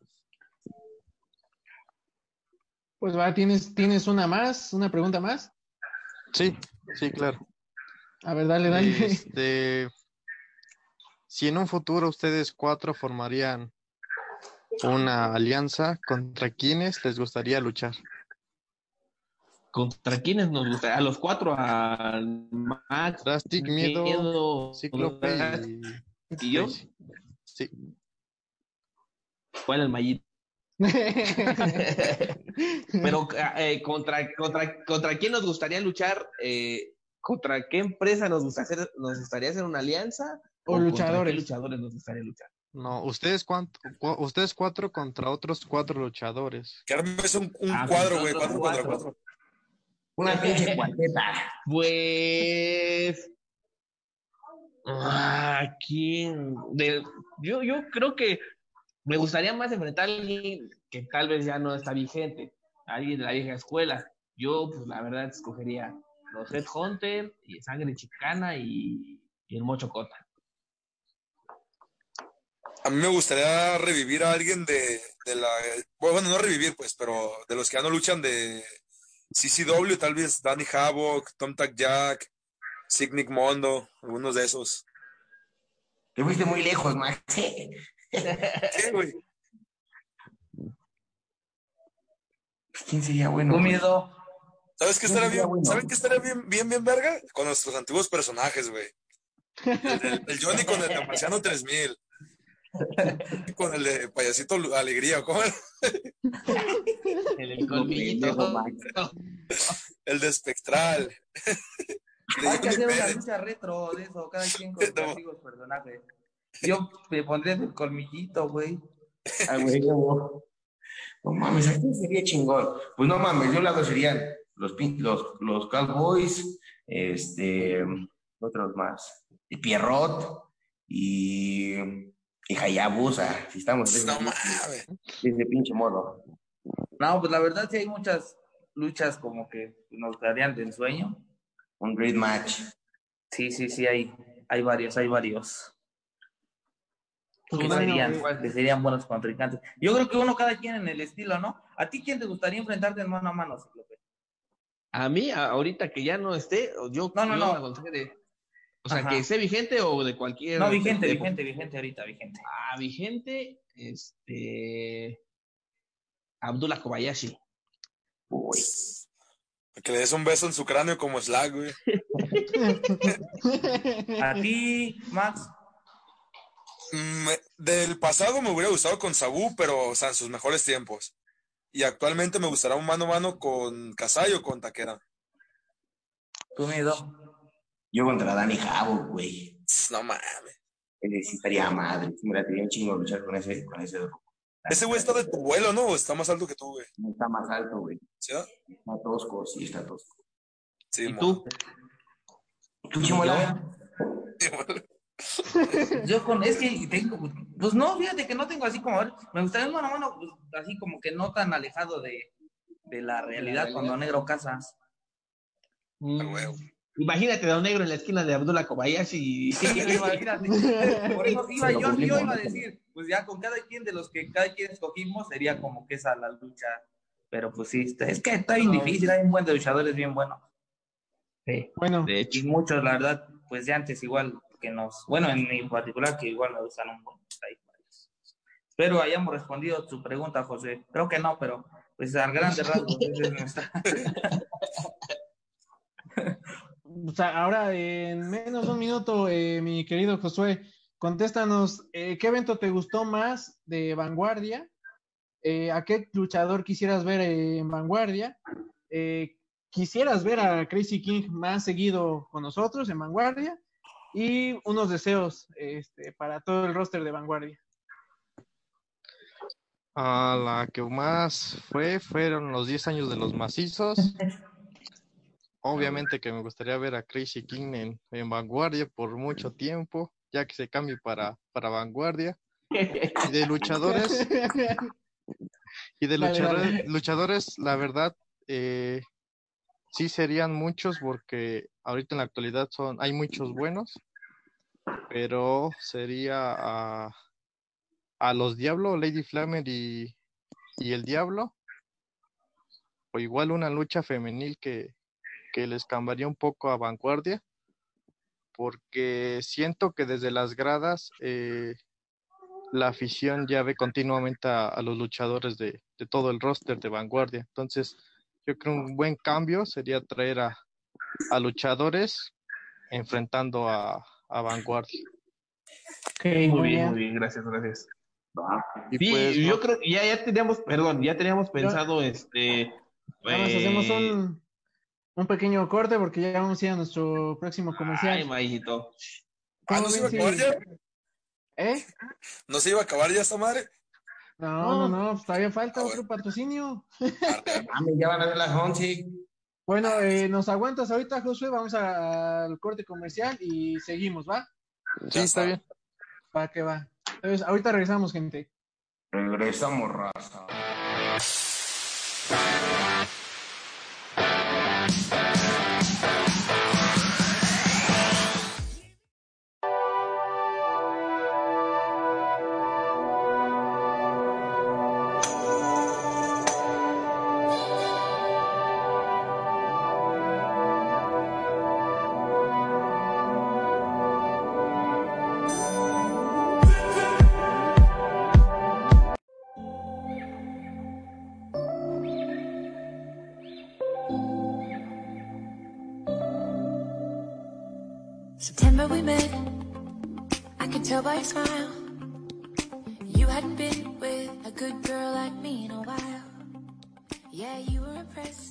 Pues va, ¿tienes una pregunta más? Sí, claro. A ver, dale. Si en un futuro ustedes 4 formarían una alianza, ¿contra quiénes les gustaría luchar? ¿Contra quiénes nos gustaría? A los 4, a Max, Drastic, Miedo, Cíclope y yo. Sí. ¿Cuál es el Mayito? Pero ¿contra quién nos gustaría luchar? ¿Contra qué empresa nos gustaría hacer una alianza? ¿O luchadores? ¿Contra qué luchadores nos gustaría luchar? No, ustedes 4 contra otros 4 luchadores. Que armes un cuadro, güey, 4 contra 4. Una pinche cuarteta. Pues... ¿quién? Yo creo que me gustaría más enfrentar a alguien que tal vez ya no está vigente, a alguien de la vieja escuela. Yo, pues la verdad, escogería los Headhunter y Sangre Chicana y el Mocho Cota. A mí me gustaría revivir a alguien de la... Bueno, no revivir, pues, pero de los que ya no luchan de CCW, tal vez Danny Havoc, Tom Tac Jack, Signic Mondo, algunos de esos. Te fuiste muy lejos, Max. Sí, güey. ¿Quién sería bueno? Un miedo. ¿Sabes qué estaría bien? Bueno? ¿Saben qué estaría bien verga? Con nuestros antiguos personajes, güey. El Johnny con el Marciano 3000. Con el de Payasito Alegría, ¿cómo era? El colmillito. El de Espectral. Hay que hacer una lucha retro de eso, cada quien con sus antiguos personajes. Yo me pondré del colmillito, güey. Güey, no mames, aquí sería chingón. Pues no mames, yo lado serían los Cowboys, otros más, y Pierrot y Hayabusa, si estamos de ese pinche modo. No, pues la verdad sí hay muchas luchas como que nos darían de ensueño. Un great match. Sí, hay varios. Pues que bueno, serían buenos contrincantes. Yo creo que uno cada quien en el estilo, ¿no? ¿A ti quién te gustaría enfrentarte en mano a mano, Cíclope? A mí, ahorita que ya no esté, yo No. aconsejo o sea, Ajá. que esté vigente o de cualquier... No, vigente ahorita, vigente. Vigente, Abdullah Kobayashi. Uy. Que le des un beso en su cráneo como Slack, güey. ¿A ti, Max? Del pasado me hubiera gustado con Sabu, pero, o sea, en sus mejores tiempos. Y actualmente me gustará un mano a mano con Kasai o con Takeda. ¿Tú, Mido? Yo contra Danny Jabo, güey. No mames. Sí estaría madre. Sí, me la tenía un chingo luchar con ese Ese güey está de tu vuelo, ¿no? ¿O está más alto que tú, güey? No está más alto, güey. ¿Sí? Está tosco, sí, está tosco. Sí, ¿Y tú? ¿Tú, Chimola? Es que tengo, pues no, fíjate que no tengo así como, a ver, me gustaría un mano a mano, pues, así como que no tan alejado de la realidad cuando Negro Casas. Imagínate a Don Negro en la esquina de Abdullah Kobayashi. Sí, imagínate. Por eso yo iba a decir, pues ya con cada quien de los que cada quien escogimos sería como que esa la lucha. Pero pues sí, es que está bien difícil, hay un buen de luchadores bien buenos. Sí, bueno, de hecho. Y muchos, la verdad, pues de antes igual que bueno, en mi particular, que igual me gustan un buen. Espero hayamos respondido tu pregunta, José. Creo que no, pero pues a grandes rasgos ese es nuestra. o sea, ahora en menos de un minuto, mi querido Josué, contéstanos, ¿qué evento te gustó más de Vanguardia? ¿A qué luchador quisieras ver en Vanguardia? ¿Quisieras ver a Crazy King más seguido con nosotros en Vanguardia? Y unos deseos para todo el roster de Vanguardia. La que más fueron los 10 años de los macizos. Obviamente que me gustaría ver a Crazy King en Vanguardia por mucho tiempo, ya que se cambie para Vanguardia. Y de luchadores, Dale. luchadores, la verdad, sí serían muchos, porque ahorita en la actualidad hay muchos buenos, pero sería a los Diablo, Lady Flamer y el Diablo, o igual una lucha femenil que les cambiaría un poco a Vanguardia, porque siento que desde las gradas la afición ya ve continuamente a los luchadores de todo el roster de Vanguardia. Entonces yo creo un buen cambio sería traer a luchadores enfrentando a Vanguardia. Okay, Muy bien, gracias. Y Sí, pues yo creo que ya teníamos pensado Nada más hacemos un pequeño corte porque ya vamos a ir a nuestro próximo comercial. Ay, maízito. ¿No se iba a acabar ya? ¿Eh? ¿No se iba a acabar ya esta madre? No, pues todavía falta otro patrocinio. Ya van a ver las 11. Bueno, nos aguantas ahorita, Josué, vamos al corte comercial y seguimos, ¿va? Sí, está bien. Va que va. Entonces, ahorita regresamos, gente. Regresamos, raza. September we met, I could tell by your smile. You hadn't been with a good girl like me in a while. Yeah, you were impressed.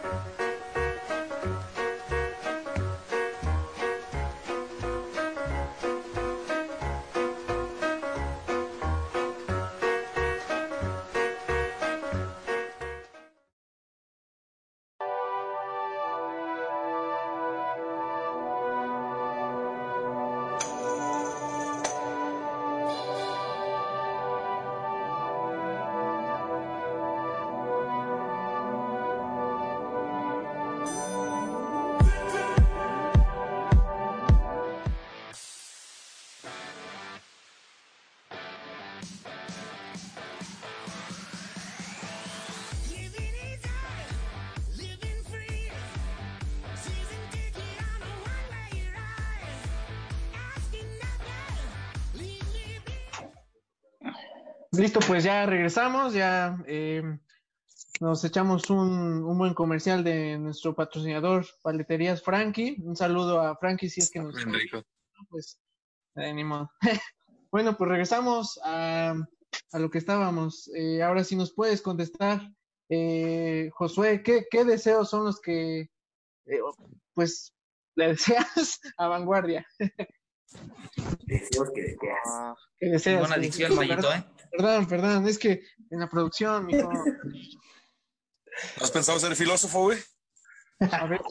Listo, pues ya regresamos, ya nos echamos un buen comercial de nuestro patrocinador Paleterías Frankie. Un saludo a Frankie si es que nos... Bien rico. Pues, ni modo. Bueno, pues regresamos a lo que estábamos. Ahora sí nos puedes contestar, Josué, ¿qué deseos son los que, pues, le deseas a Vanguardia? Deseos que deseas. ¿Qué deseas? Buena adicción, Mayito, ¿eh? Perdón, es que en la producción, mijo. ¿Has pensado ser filósofo, güey? A ver.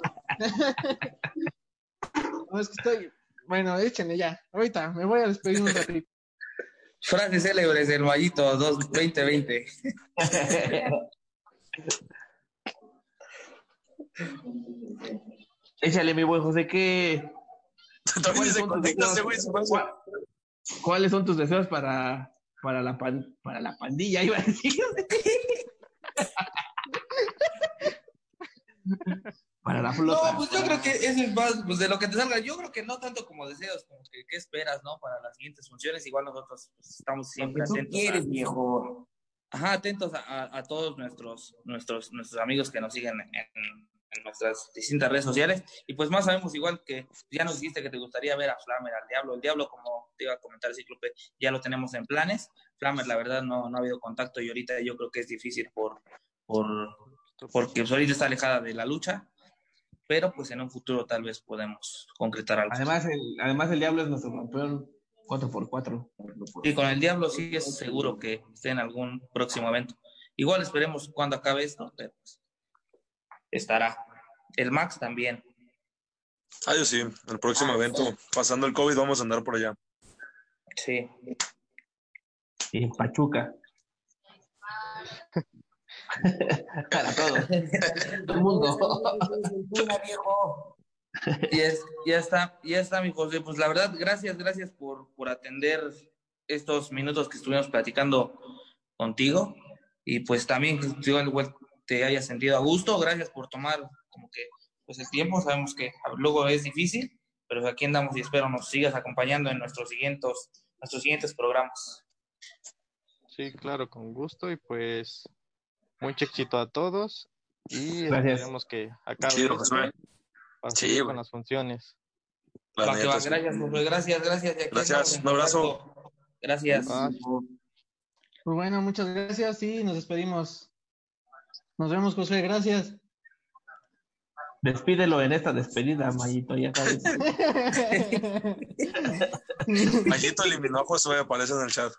No, es que estoy... Bueno, échenle ya. Ahorita me voy a despedir un ratito. Frases célebres del Mayito 2020. Échale, mi buen José, ¿cuáles son tus deseos para la pandilla? Iba a decir. Para la flota. No, pues yo creo que eso es más pues, de lo que te salga. Yo creo que no tanto como deseos, como que qué esperas, ¿no? Para las siguientes funciones. Igual nosotros pues, estamos siempre Lo que tú atentos. quieres, viejo. Ajá, atentos a todos nuestros amigos que nos siguen en nuestras distintas redes sociales. Y pues más sabemos igual que ya nos dijiste que te gustaría ver a Flamer, al Diablo. El Diablo, como te iba a comentar, Cíclope, ya lo tenemos en planes. Flamer, la verdad, no ha habido contacto y ahorita yo creo que es difícil porque ahorita está alejada de la lucha. Pero pues en un futuro tal vez podemos concretar algo. Además el Diablo es nuestro campeón 4x4. Sí, con el Diablo sí es seguro que esté en algún próximo evento. Igual esperemos cuando acabe esto, pero pues estará. El Max también. Yo sí, el próximo evento, pasando el COVID, vamos a andar por allá. Sí. Y en Pachuca. Para todos. Todo el mundo. Ya está, mi José. Pues la verdad, gracias por atender estos minutos que estuvimos platicando contigo. Y pues también que igual te hayas sentido a gusto. Gracias por tomar como que pues el tiempo. Sabemos que luego es difícil, pero aquí andamos y espero nos sigas acompañando en nuestros siguientes programas. Sí, claro, con gusto y pues mucho éxito a todos y Gracias. esperemos que acabe Sí, Josué. para Sí, seguir güey. con las funciones. Gracias, José. Gracias. Y aquí Gracias, estamos en un abrazo. contacto. Gracias. Pues bueno, muchas gracias y nos despedimos. Nos vemos, Josué, gracias. Despídelo en esta despedida, Mayito, ya sabes. Mayito eliminó a Josué, aparece en el chat.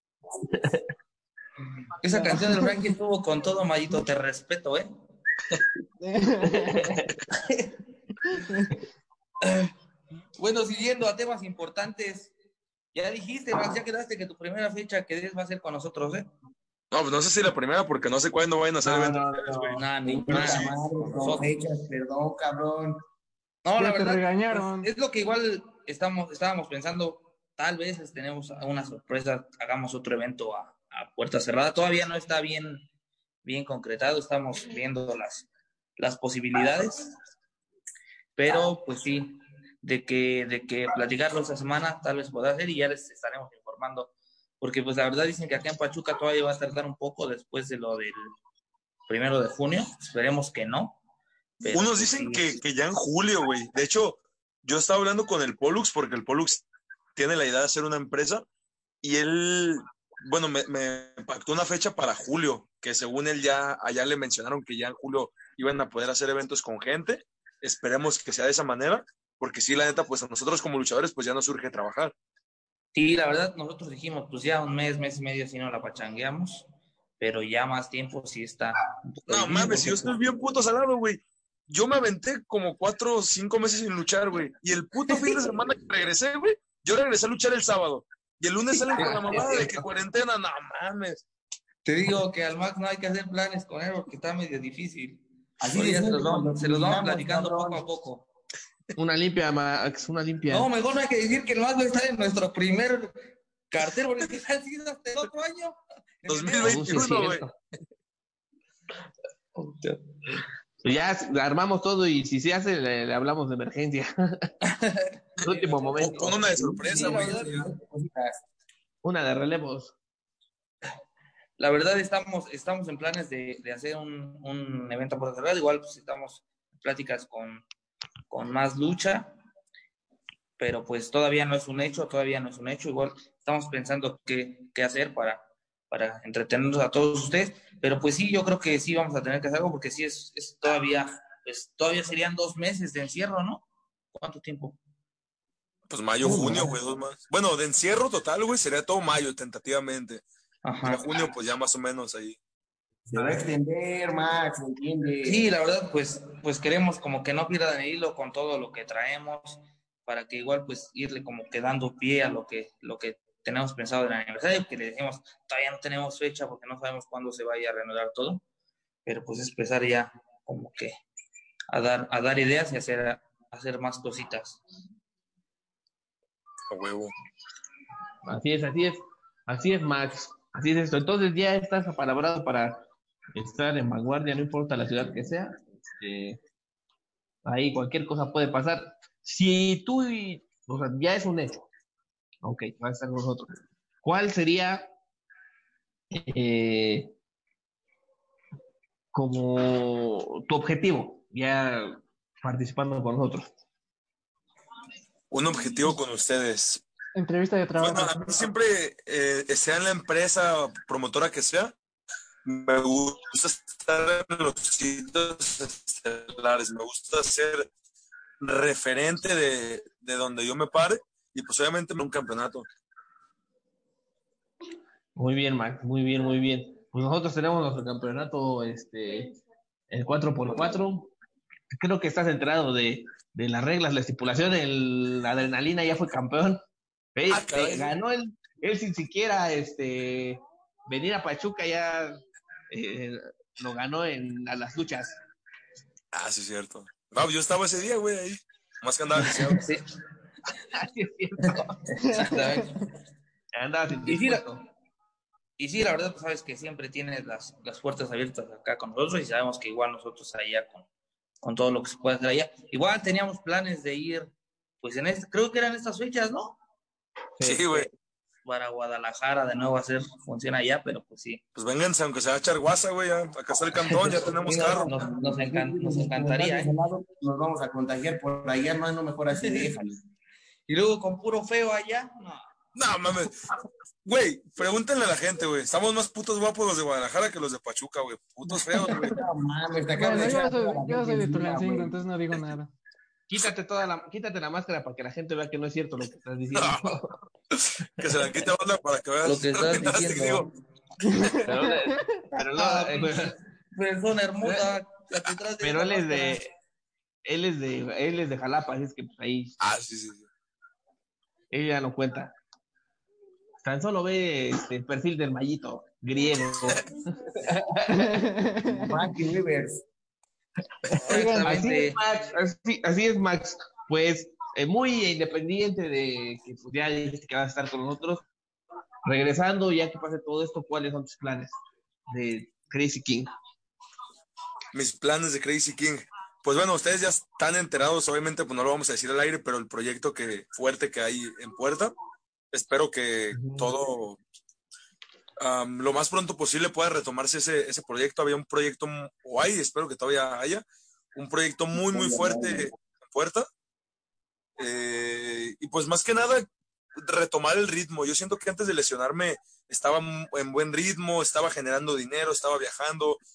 Esa canción del Frankie estuvo con todo, Mayito, te respeto, ¿eh? Bueno, siguiendo a temas importantes, ya dijiste, Max, ya quedaste que tu primera fecha que des va a ser con nosotros, ¿eh? No, pues no sé si la primera, porque no sé cuándo vayan a hacer eventos. Son fechas, perdón, cabrón. No, la Ya te verdad, regañaron. pues, es lo que igual estábamos pensando, tal vez tenemos una sorpresa, hagamos otro evento a puerta cerrada. Todavía no está bien concretado, estamos viendo las posibilidades, pero pues sí, de que platicarlo esta semana tal vez pueda ser y ya les estaremos informando, porque pues la verdad dicen que acá en Pachuca todavía va a tardar un poco después de lo del 1 de junio, esperemos que no. Pero Unos pues, dicen sí, que ya en julio, güey. De hecho, yo estaba hablando con el Pollux, porque el Pollux tiene la idea de hacer una empresa, y él, bueno, me pactó una fecha para julio, que según él allá le mencionaron que ya en julio iban a poder hacer eventos con gente. Esperemos que sea de esa manera, porque sí, la neta, pues a nosotros como luchadores, pues ya nos urge trabajar. Sí, la verdad, nosotros dijimos, pues ya un mes y medio si no la pachangueamos, pero ya más tiempo sí está un poco No difícil, mames, porque, yo estoy bien puto salado, güey. Yo me aventé como 4 o 5 meses sin luchar, güey. Y el puto fin de semana que regresé, güey, yo regresé a luchar el sábado. Y el lunes salen con la mamada de que cuarentena, no mames. te digo que al Max no hay que hacer planes con él porque está medio difícil. Así Pero de ya simple, cuando se los vamos terminamos, platicando cabrón. poco a poco. Una limpia, Max, una limpia. No, mejor no hay que decir que el Max va a estar en nuestro primer cartel, porque si ha sido hasta el otro año. 2021, güey. Pues ya armamos todo y si se hace, le hablamos de emergencia. El último momento. Con una de sorpresa, güey. Una de relevos. La verdad estamos en planes de hacer un evento por cerrar. Igual pues estamos en pláticas con más lucha, pero pues todavía no es un hecho. Igual estamos pensando qué hacer para entretenernos a todos ustedes, pero pues sí, yo creo que sí vamos a tener que hacer algo, porque sí es todavía, pues todavía serían 2 meses de encierro, ¿no? ¿Cuánto tiempo? Pues mayo, junio, güey, 2 más. Bueno, de encierro total, güey, sería todo mayo, tentativamente. Ajá. Para junio, pues ya más o menos ahí. Se va a extender, Max, ¿entiende? Sí, la verdad, pues queremos como que no pierdan el hilo con todo lo que traemos, para que igual pues irle como que dando pie a lo que tenemos pensado del aniversario, que le decimos, todavía no tenemos fecha porque no sabemos cuándo se vaya a reanudar todo, pero pues es empezar ya como que a dar ideas y hacer más cositas. A huevo. Así es, Max. Así es esto. Entonces ya estás apalabrado para estar en vanguardia, no importa la ciudad que sea. Ahí cualquier cosa puede pasar. Si tú, o sea, ya es un hecho. Ok, va a estar con nosotros. ¿Cuál sería como tu objetivo ya participando con nosotros? Un objetivo con ustedes. Entrevista de trabajo. Bueno, a mí siempre, sea en la empresa promotora que sea, me gusta estar en los sitios estelares, me gusta ser referente de donde yo me pare y pues obviamente un campeonato. Muy bien, Max, muy bien, muy bien. Pues nosotros tenemos nuestro campeonato, el 4x4. Creo que estás enterado de las reglas, la estipulación. El Adrenalina ya fue campeón. Ganó él sin siquiera venir a Pachuca, ya lo ganó a las luchas. Ah, sí, es cierto. No, yo estaba ese día, güey, ahí. Más que andaba deseado. Sí. Así es cierto. Andaba sin Y sí, la verdad, pues sabes que siempre tienes las puertas abiertas acá con nosotros, y sabemos que igual nosotros allá con todo lo que se puede hacer allá. Igual teníamos planes de ir, pues creo que eran estas fechas, ¿no? Sí, güey. Para Guadalajara de nuevo a hacer función allá, pero pues sí. Pues vénganse, aunque sea a echar guasa, güey, acá está el cantón, ya tenemos carro. Nos encantaría, ¿eh? Nos vamos a contagiar por allá, no mejor así, déjalo. Y luego con puro feo allá, No, mames. Güey, pregúntenle a la gente, güey. Estamos más putos guapos los de Guadalajara que los de Pachuca, güey. Putos feos, güey. No mames, te acabo Bueno, de echar. yo soy de Tulancingo, entonces no digo nada. Quítate la máscara para que la gente vea que no es cierto lo que estás diciendo. Que se la quite onda para que veas lo que estás diciendo. Pero no, Persona hermosa, pero él es de Jalapa, así es que pues ahí. Ah, sí. Él ya no cuenta. Tan solo ve el perfil del mallito griego. Frankie Rivers. Así es, Max. Pues muy independiente de que pues, ya dijiste que vas a estar con nosotros. Regresando, ya que pase todo esto, ¿cuáles son tus planes de Crazy King? Mis planes de Crazy King. Pues bueno, ustedes ya están enterados, obviamente pues no lo vamos a decir al aire, pero el proyecto fuerte que hay en puerta, espero que todo lo más pronto posible pueda retomarse ese proyecto. Había un proyecto, o hay, espero que todavía haya, un proyecto muy, muy fuerte en puerta. Y pues más que nada, retomar el ritmo. Yo siento que antes de lesionarme estaba en buen ritmo, estaba generando dinero, estaba viajando,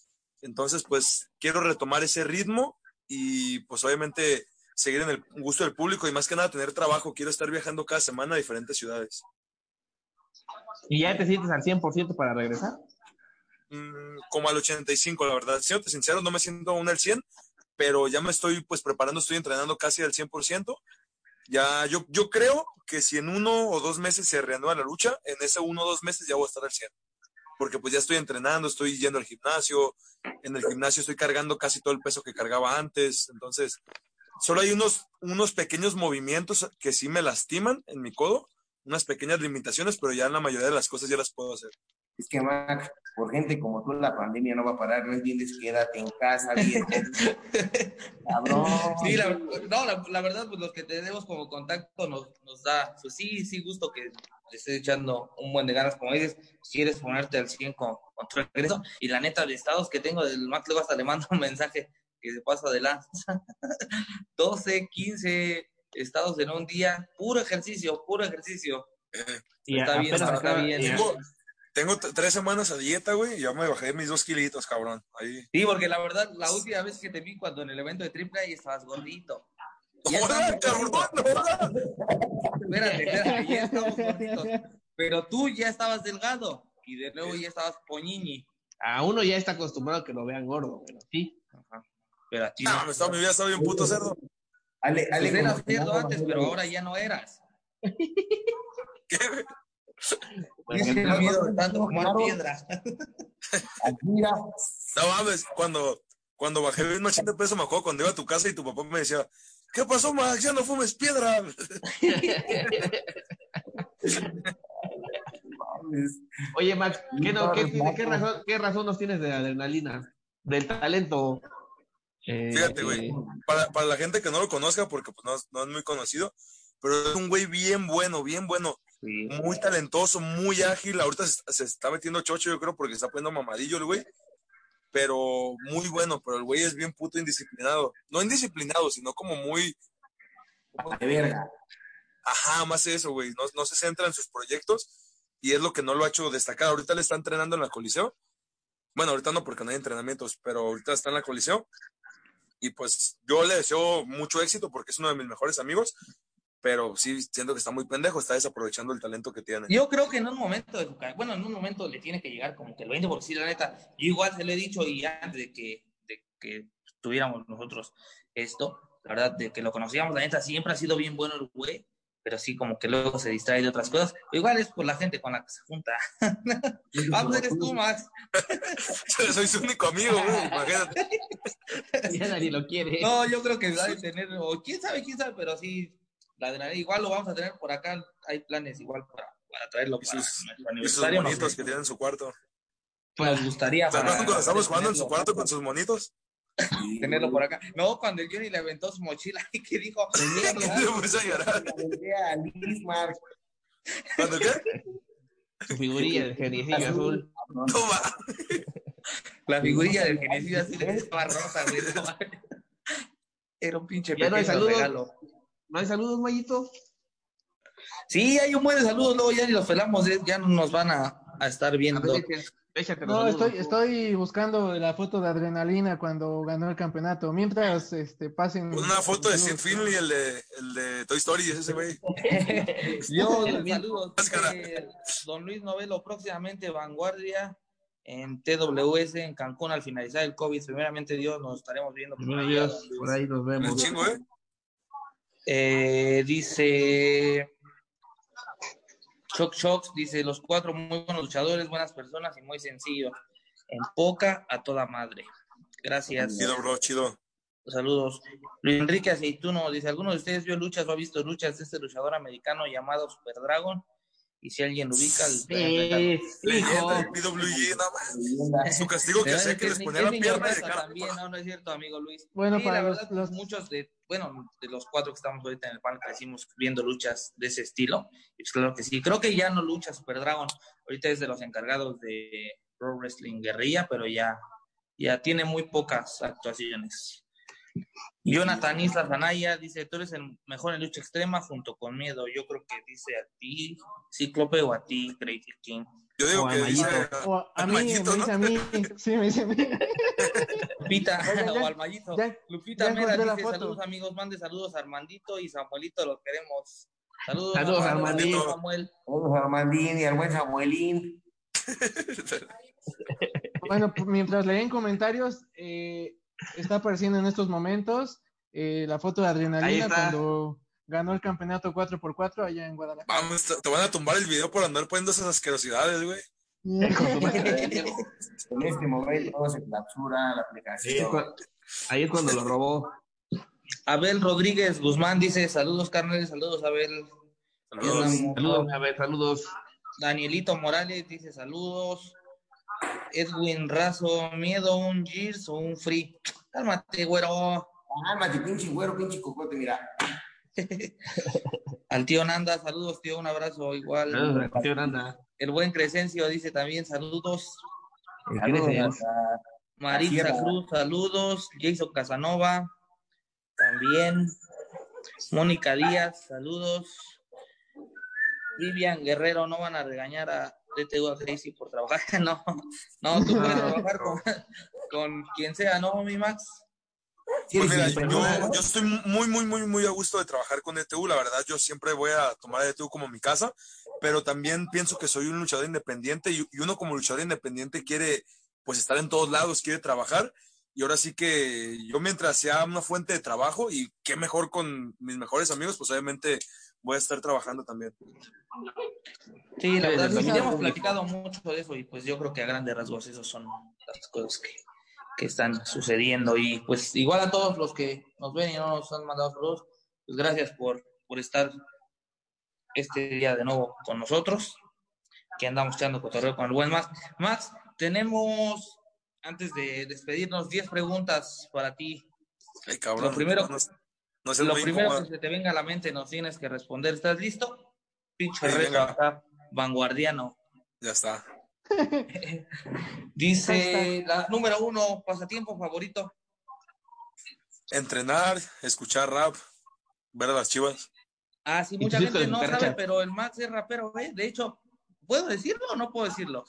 Entonces, pues quiero retomar ese ritmo y pues obviamente seguir en el gusto del público y más que nada tener trabajo. Quiero estar viajando cada semana a diferentes ciudades. ¿Y ya te sientes al 100% para regresar? Como al 85%, la verdad. Siéndote sincero, no me siento aún al 100%, pero ya me estoy pues preparando, estoy entrenando casi al 100%. Ya, yo creo que si en 1 o 2 meses se reanuda la lucha, en ese 1 o 2 meses ya voy a estar al 100%. Porque pues ya estoy entrenando, estoy yendo al gimnasio, en el gimnasio estoy cargando casi todo el peso que cargaba antes, entonces solo hay unos pequeños movimientos que sí me lastiman en mi codo, unas pequeñas limitaciones, pero ya la mayoría de las cosas ya las puedo hacer. Es que, Max, por gente como tú, la pandemia no va a parar, no entiendes, quédate en casa, bien. Cabrón. Sí, la verdad, pues los que tenemos como contacto nos da, pues sí, gusto que le estés echando un buen de ganas, como dices, quieres ponerte al 100 con tu regreso, y la neta de estados que tengo del Max, luego hasta le mando un mensaje que se pasa de lanza. 12, 15 estados en un día, puro ejercicio. Y está bien, está bien. Tengo 3 semanas a dieta, güey, y ya me bajé mis 2 kilitos, cabrón. Ahí. Sí, porque la verdad, la última vez que te vi cuando en el evento de Triple A estabas gordito. ¡Hola, cabrón! Espérate, ya estamos gorditos. Pero tú ya estabas delgado y de nuevo ya estabas poñiñi. A uno ya está acostumbrado a que lo vean gordo, pero sí. Ajá. Pero a ti no. Mi vida estaba bien puto cerdo. Ale, eras cerdo antes, pero ahora ya no eras. ¿Qué? Es que el miedo de tanto fumar piedra. Mira. No mames, cuando bajé bien machín de peso, me acuerdo cuando iba a tu casa y tu papá me decía, ¿qué pasó, Max? Ya no fumes piedra. Oye, Max, ¿qué razón nos tienes de adrenalina? Del talento. Fíjate, güey, para la gente que no lo conozca, porque pues, no es muy conocido, pero es un güey bien bueno. Sí. Muy talentoso, muy ágil. Ahorita se está metiendo chocho, yo creo, porque está poniendo mamadillo el güey. Pero muy bueno, pero el güey es bien puto indisciplinado. No indisciplinado, sino como muy... De verga. Ajá, más eso, güey. No se centra en sus proyectos y es lo que no lo ha hecho destacar. Ahorita le está entrenando en la Coliseo. Bueno, ahorita no porque no hay entrenamientos, pero ahorita está en la Coliseo. Y pues yo le deseo mucho éxito porque es uno de mis mejores amigos. Pero sí siento que está muy pendejo, está desaprovechando el talento que tiene. Yo creo que en un momento de su carrera, bueno, en un momento le tiene que llegar como que el 20%, porque sí, la neta, yo igual se lo he dicho y antes de que tuviéramos nosotros esto, la verdad, de que lo conocíamos, la neta, siempre ha sido bien bueno el güey, pero sí como que luego se distrae de otras cosas. Pero igual es por la gente con la que se junta. Vamos, eres tú, Max. Soy su único amigo, güey, imagínate. Ya nadie lo quiere. No, yo creo que va a tener, o quién sabe, pero sí. La adrenalina, igual lo vamos a tener por acá, hay planes igual para traerlo para nuestro aniversario. Y sus monitos que tienen en su cuarto. Nos gustaría. ¿Se acuerdan cuando estamos jugando en su cuarto con sus monitos? Tenerlo por acá. No, cuando el Johnny le aventó su mochila y que dijo... Empezó a llorar. ¿Cuándo qué? Su figurilla del geniecillo azul. Toma. La figurilla del geniecillo azul estaba rosa, güey. Era un pinche ya no hay saludos. Regalo. ¿No hay saludos, Mayito? Sí, hay un buen de saludos, luego ya ni los pelamos, ya no nos van a estar viendo. No, estoy buscando la foto de Adrenalina cuando ganó el campeonato. Mientras pasen... Una foto de Sid Finley, el de Toy Story, es ese güey. Yo, saludos. Don Luis Novelo, próximamente Vanguardia en TWS en Cancún al finalizar el COVID. Primeramente Dios, nos estaremos viendo. Dios, por ahí nos vemos. Un chingo, dice Choc, dice los 4 muy buenos luchadores, buenas personas y muy sencillos. En poca a toda madre. Gracias. Chido, bro, chido. Saludos. Luis Enrique Aceituno dice: ¿alguno de ustedes vio luchas o ha visto luchas de este luchador americano llamado Super Dragon? Y si alguien lo ubica, leyenda del PWG, nada más. Su castigo que sé que les ponía la pierna de cara. También, no es cierto, amigo Luis. Bueno, sí, para la verdad, muchos de los 4 que estamos ahorita en el panel crecimos viendo luchas de ese estilo. Y pues claro que sí. Creo que ya no lucha Super Dragon. Ahorita es de los encargados de Pro Wrestling Guerrilla, pero ya tiene muy pocas actuaciones. Jonathan Islas Anaya dice: tú eres el mejor en lucha extrema junto con Miedo. Yo creo que dice a ti, Cíclope, o a ti, Crazy King. Yo digo O que Almayito. dice O a mí, Almayito, me ¿no? dice a mí. Sí, me dice a mí. Lupita Oigan, ya- o Almayito. ya- Lupita ya Mera encontré la dice, foto. saludos amigos, mande saludos a Armandito y Samuelito, los queremos. Saludos, Saludos, Armando, Armandito. saludos, Samuel. Saludos a Armandín y al buen Samuelín. Bueno, pues, mientras leen comentarios, está apareciendo en estos momentos la foto de Ahí Adrenalina está. cuando ganó el campeonato 4x4 allá en Guadalajara. Vamos, te van a tumbar el video por andar poniendo esas asquerosidades, güey. En este momento se clausura la aplicación. Ahí es cuando lo robó. Abel Rodríguez Guzmán dice, saludos carnales, saludos Abel. Saludos. Saludos, a ver, saludos. Danielito Morales dice saludos. Edwin Razo, miedo, un Gears o un Free. Cálmate, güero. Cálmate, pinche güero, pinche cocote, mira. Al tío Nanda, saludos, tío, un abrazo igual. Saludos, tío Nanda. El buen Crescencio dice también saludos. Saludos Crescencio. a Maritza Sierra. Cruz, saludos. Jason Casanova, también. Mónica Díaz, saludos. Vivian Guerrero, no van a regañar a DTU a Crazy por trabajar. No, tú puedes trabajar con quien sea, ¿no, mi Max? Pues mira, Sí, yo estoy muy a gusto de trabajar con ETU, la verdad, yo siempre voy a tomar a ETU como mi casa, pero también pienso que soy un luchador independiente y uno como luchador independiente quiere pues estar en todos lados, quiere trabajar, y ahora sí que yo mientras sea una fuente de trabajo, y qué mejor con mis mejores amigos, pues obviamente voy a estar trabajando también. Sí, la verdad, también sí, ya hemos público. platicado mucho de eso y pues yo creo que a grandes rasgos esas son las cosas que están sucediendo y pues igual a todos los que nos ven y no nos han mandado saludos, pues gracias por estar este día de nuevo con nosotros, que andamos echando cotorreo con el buen Max. Max, tenemos, antes de despedirnos, 10 preguntas para ti. Ay, cabrón, Lo primero, no sé lo muy primero incómodo. que se te venga a la mente nos tienes que responder. ¿Estás listo? Pinche Sí, reto venga. acá, vanguardiano. Ya está. Dice la número 1, pasatiempo favorito. Entrenar, escuchar rap, ver a las Chivas. Ah, sí, ¿Y mucha tus gente hijos no de sabe, cucaracha? pero el Max es rapero, ¿eh? De hecho, ¿puedo decirlo o no puedo decirlo?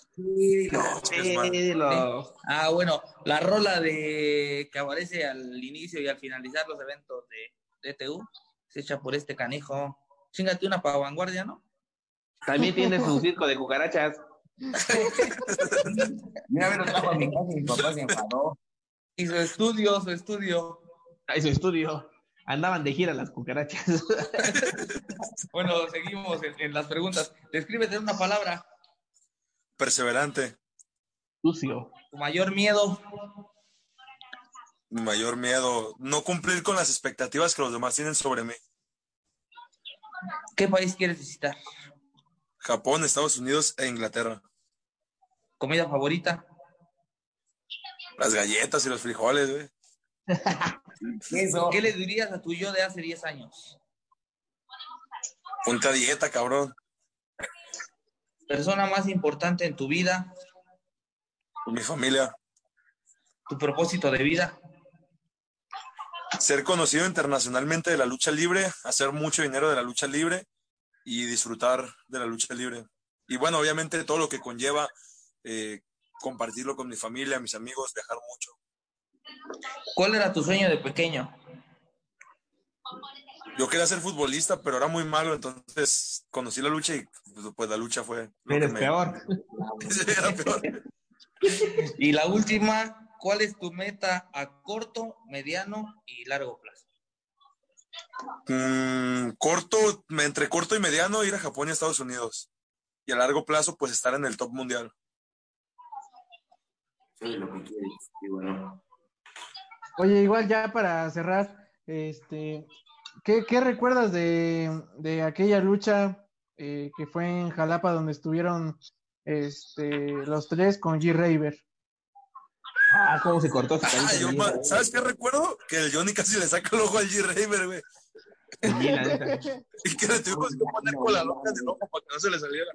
Dilo. Ah, bueno, la rola de que aparece al inicio y al finalizar los eventos de ETU se echa por este canijo. Chíngate una para vanguardia, ¿no? También tiene su circo de cucarachas. Mira, me lo trajo a mi casa y mi papá se enfadó. Y su estudio. Ahí su estudio. Andaban de gira las cucarachas. Bueno, seguimos en las preguntas. Descríbete una palabra. Perseverante. Sucio. Tu mayor miedo. Mi mayor miedo, no cumplir con las expectativas que los demás tienen sobre mí. ¿Qué país quieres visitar? Japón, Estados Unidos e Inglaterra. ¿Comida favorita? Las galletas y los frijoles, güey. Eso. ¿Qué le dirías a tu yo de hace 10 años? Ponte a dieta, cabrón. Persona más importante en tu vida. Mi familia. Tu propósito de vida. Ser conocido internacionalmente de la lucha libre, hacer mucho dinero de la lucha libre y disfrutar de la lucha libre. Y bueno, obviamente todo lo que conlleva compartirlo con mi familia, mis amigos, viajar mucho. ¿Cuál era tu sueño de pequeño? Yo quería ser futbolista, pero era muy malo, entonces conocí la lucha y pues la lucha fue lo Eres que peor. Sí, era peor. Y la última, ¿cuál es tu meta a corto, mediano y largo plazo? Entre corto y mediano, ir a Japón y a Estados Unidos. Y a largo plazo, pues estar en el top mundial. Sí, lo que quieres. Y bueno. Oye, igual ya para cerrar, ¿qué recuerdas de aquella lucha que fue en Jalapa donde estuvieron los tres con G-Raver? Ah, cómo se cortó esa carita. ¿Sabes qué recuerdo? Que el Johnny casi le saca el ojo al G-Raver, güey. Sí, la neta. Y que le tuvimos que poner con la loca del ojo para que no se le saliera.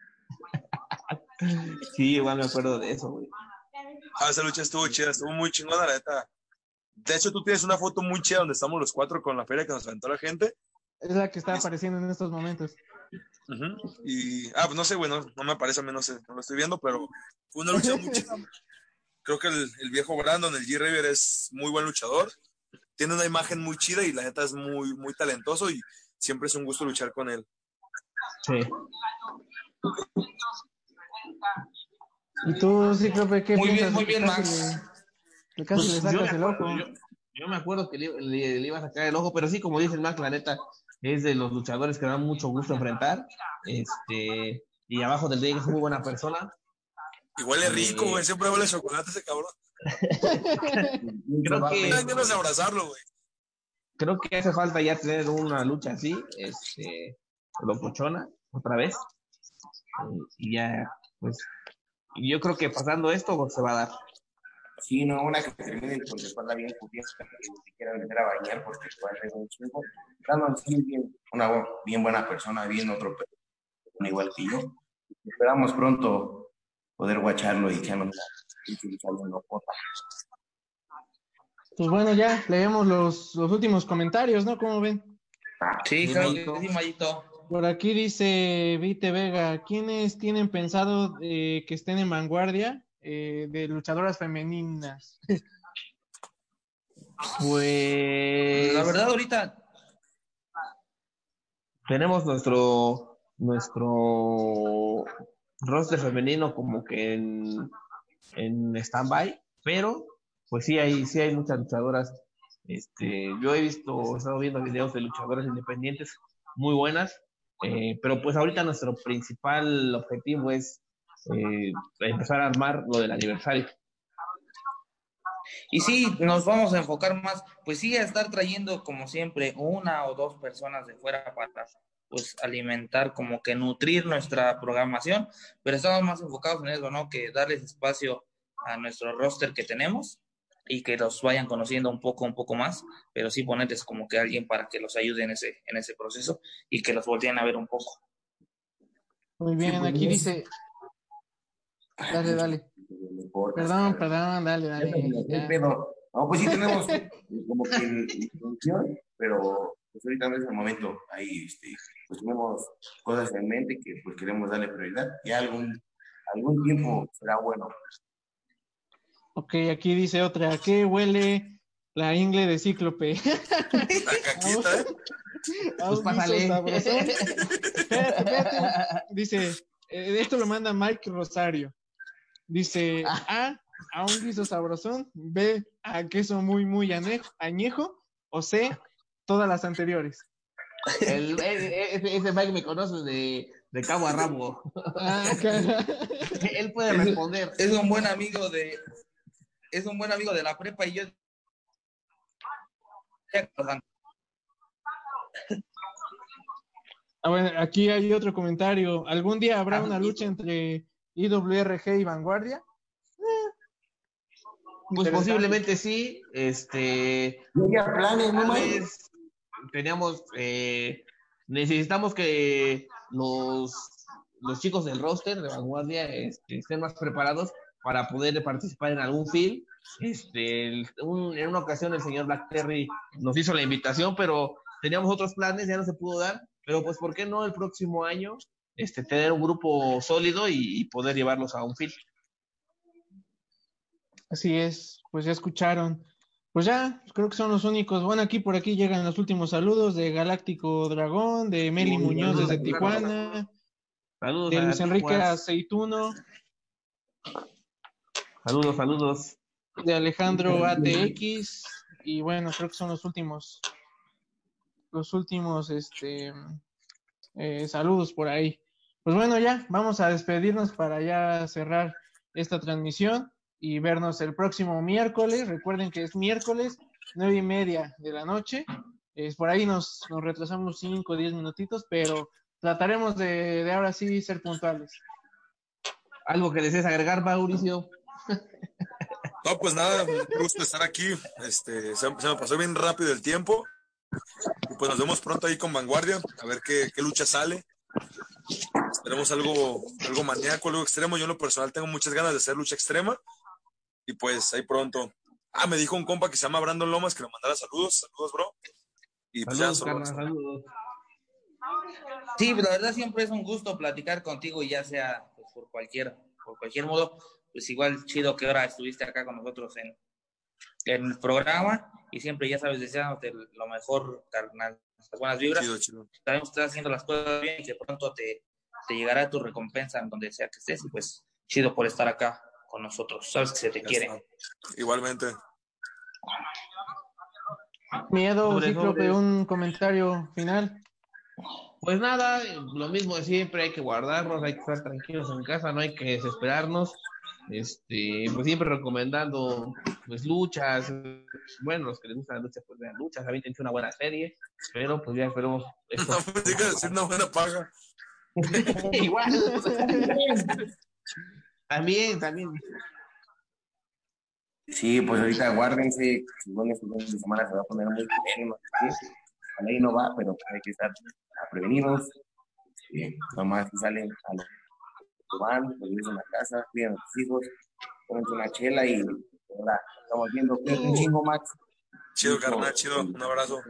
Sí, igual me acuerdo de eso, güey. Esa lucha estuvo chida, estuvo muy chingona, la neta. De hecho, tú tienes una foto muy chida donde estamos los cuatro con la feria que nos aventó la gente. Es la que está apareciendo en estos momentos. Uh-huh. Y, pues no sé, bueno, no me aparece a mí, no sé, no lo estoy viendo, pero fue una lucha muy chida. Creo que el viejo Brandon, el G-Raver, es muy buen luchador. Tiene una imagen muy chida y la neta es muy, muy talentoso y siempre es un gusto luchar con él. Sí. ¿Y tú, Cíclope, qué piensas? Muy bien, Max. Casi le sacas el ojo. Yo me acuerdo que le iba a sacar el ojo, pero sí, como dice el Max, la neta, es de los luchadores que dan mucho gusto enfrentar. Y abajo del ring es muy buena persona. Y huele rico, güey. Siempre huele chocolate ese cabrón. Creo que... Dan ganas de abrazarlo, güey. Creo que hace falta ya tener una lucha así, locochona, otra vez. Y ya, pues, yo creo que pasando esto pues, se va a dar. Sí, no, una que termine con la espalda bien cubierta, que ni siquiera meter a bañar porque se va a hacer un chingo. Brandon sí es una bien buena persona, bien otro persona igual que yo. Esperamos pronto poder guacharlo y echarnos una cuota. Pues bueno, ya leemos los últimos comentarios, ¿no? ¿Cómo ven? Sí, claro que sí, Mayito. Por aquí dice Vite Vega, ¿quiénes tienen pensado que estén en vanguardia de luchadoras femeninas? Pues... La verdad, ahorita... Tenemos nuestro roster femenino como que en stand-by, pero pues sí hay muchas luchadoras. Yo he estado viendo videos de luchadoras independientes muy buenas, pero pues ahorita nuestro principal objetivo es empezar a armar lo del aniversario. Y sí, nos vamos a enfocar más, pues sí, a estar trayendo como siempre una o dos personas de fuera para pues alimentar, como que nutrir nuestra programación, pero estamos más enfocados en eso, ¿no? Que darles espacio a nuestro roster que tenemos y que los vayan conociendo un poco más, pero sí ponerles como que alguien para que los ayude en ese proceso y que los volteen a ver un poco. Muy bien, sí, aquí dice... Dale. Perdón, dale. No, pues sí tenemos como que intención, pero pues ahorita no es el momento. Ahí pues tenemos cosas en mente que pues queremos darle prioridad y algún tiempo será bueno. Ok, aquí dice otra, ¿a qué huele la ingle de Cíclope? Pues pásale. Fíjate, dice, esto lo manda Mike Rosario. Dice, A un guiso sabrosón, B, a queso muy añejo, o C, todas las anteriores. Ese Mike me conoce de cabo a rabo. Él puede responder. Es un buen amigo de la prepa y yo. Bueno, aquí hay otro comentario. ¿Algún día habrá una lucha entre IWRG y Vanguardia? Pues posiblemente sí. Ya planes, ¿no? Necesitamos que los chicos del roster de Vanguardia estén más preparados para poder participar en algún film. En una ocasión el señor Black Terry nos hizo la invitación, pero teníamos otros planes, ya no se pudo dar. Pero pues, ¿por qué no el próximo año tener un grupo sólido y poder llevarlos a un film? Así es, pues ya escucharon. Pues ya, creo que son los únicos. Bueno, por aquí llegan los últimos saludos de Galáctico Dragón, de Meli Muñoz desde Tijuana, saludos de Luis Enrique Aceituno. Saludos. De Alejandro ATX. Y bueno, creo que son los últimos saludos por ahí. Pues bueno, ya, vamos a despedirnos para ya cerrar esta transmisión y vernos el próximo miércoles. Recuerden que es miércoles, 9:30 de la noche. Por ahí nos retrasamos 5 o 10 minutitos, pero trataremos de ahora sí ser puntuales. ¿Algo que desees agregar, Mauricio? No, pues nada, un gusto estar aquí. Se me pasó bien rápido el tiempo. Y pues nos vemos pronto ahí con Vanguardia, a ver qué lucha sale. Esperemos algo maníaco, algo extremo. Yo en lo personal tengo muchas ganas de hacer lucha extrema. Y pues ahí pronto. Me dijo un compa que se llama Brandon Lomas que le mandara saludos, bro. Y pues saludos, carnal, saludos. Sí, la verdad siempre es un gusto platicar contigo, y ya sea pues, por cualquier modo, pues igual chido que ahora estuviste acá con nosotros en el programa, y siempre, ya sabes, deseándote lo mejor, carnal, las buenas vibras. Chido. Sabemos que estás haciendo las cosas bien y que pronto te llegará tu recompensa en donde sea que estés, y pues chido por estar acá con nosotros, sabes que se te quiere. Está. Igualmente. Miedo, Cíclope, un comentario final. Pues nada, lo mismo de siempre, hay que guardarnos, hay que estar tranquilos en casa, no hay que desesperarnos. Pues siempre recomendando pues luchas, bueno, los que les gusta la lucha, pues vean luchas, también tiene una buena serie, pero pues ya esperemos esto. No, pues diga decir una buena paga. Igual. También. Sí, pues ahorita guárdense, según este fin de semana se va a poner muy bueno, a ley no va, pero hay que estar prevenidos. Nomás si salen a lo que van, regresen a casa, cuidan a sus hijos, pónganse una chela y ahora estamos viendo que un chingo, Max. Chido, carnal, chido, un abrazo.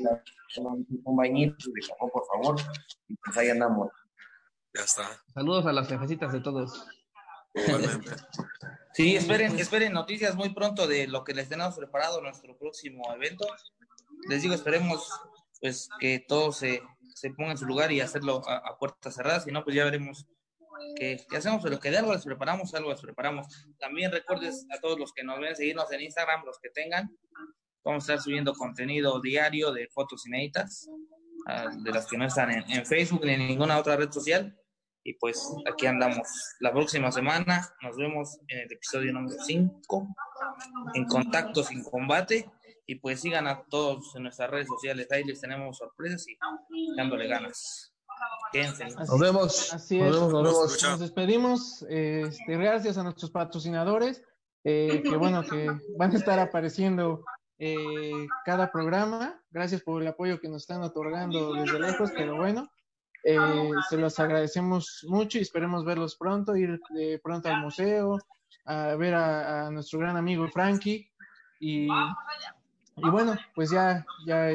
Un bañito de cajón, por favor, y pues ahí andamos. Ya está. Saludos a las jefecitas de todos. Igualmente. Sí, esperen noticias muy pronto de lo que les tenemos preparado nuestro próximo evento. Les digo, esperemos pues que todo se ponga en su lugar y hacerlo a puertas cerradas, si no, pues ya veremos qué hacemos, pero que de algo les preparamos. También recuerdes a todos los que nos ven seguirnos en Instagram, los que tengan. Vamos a estar subiendo contenido diario de fotos inéditas, de las que no están en Facebook ni en ninguna otra red social. Y pues aquí andamos. La próxima semana nos vemos en el episodio número 5, en Contacto Sin Combate. Y pues sigan a todos en nuestras redes sociales, ahí les tenemos sorpresas y dándole ganas. Quédense. Nos vemos. Así es. Nos despedimos. Gracias a nuestros patrocinadores, que bueno, que van a estar apareciendo cada programa. Gracias por el apoyo que nos están otorgando desde lejos, pero bueno, se los agradecemos mucho y esperemos verlos pronto, ir pronto al museo, a ver a nuestro gran amigo Frankie, y bueno, pues ya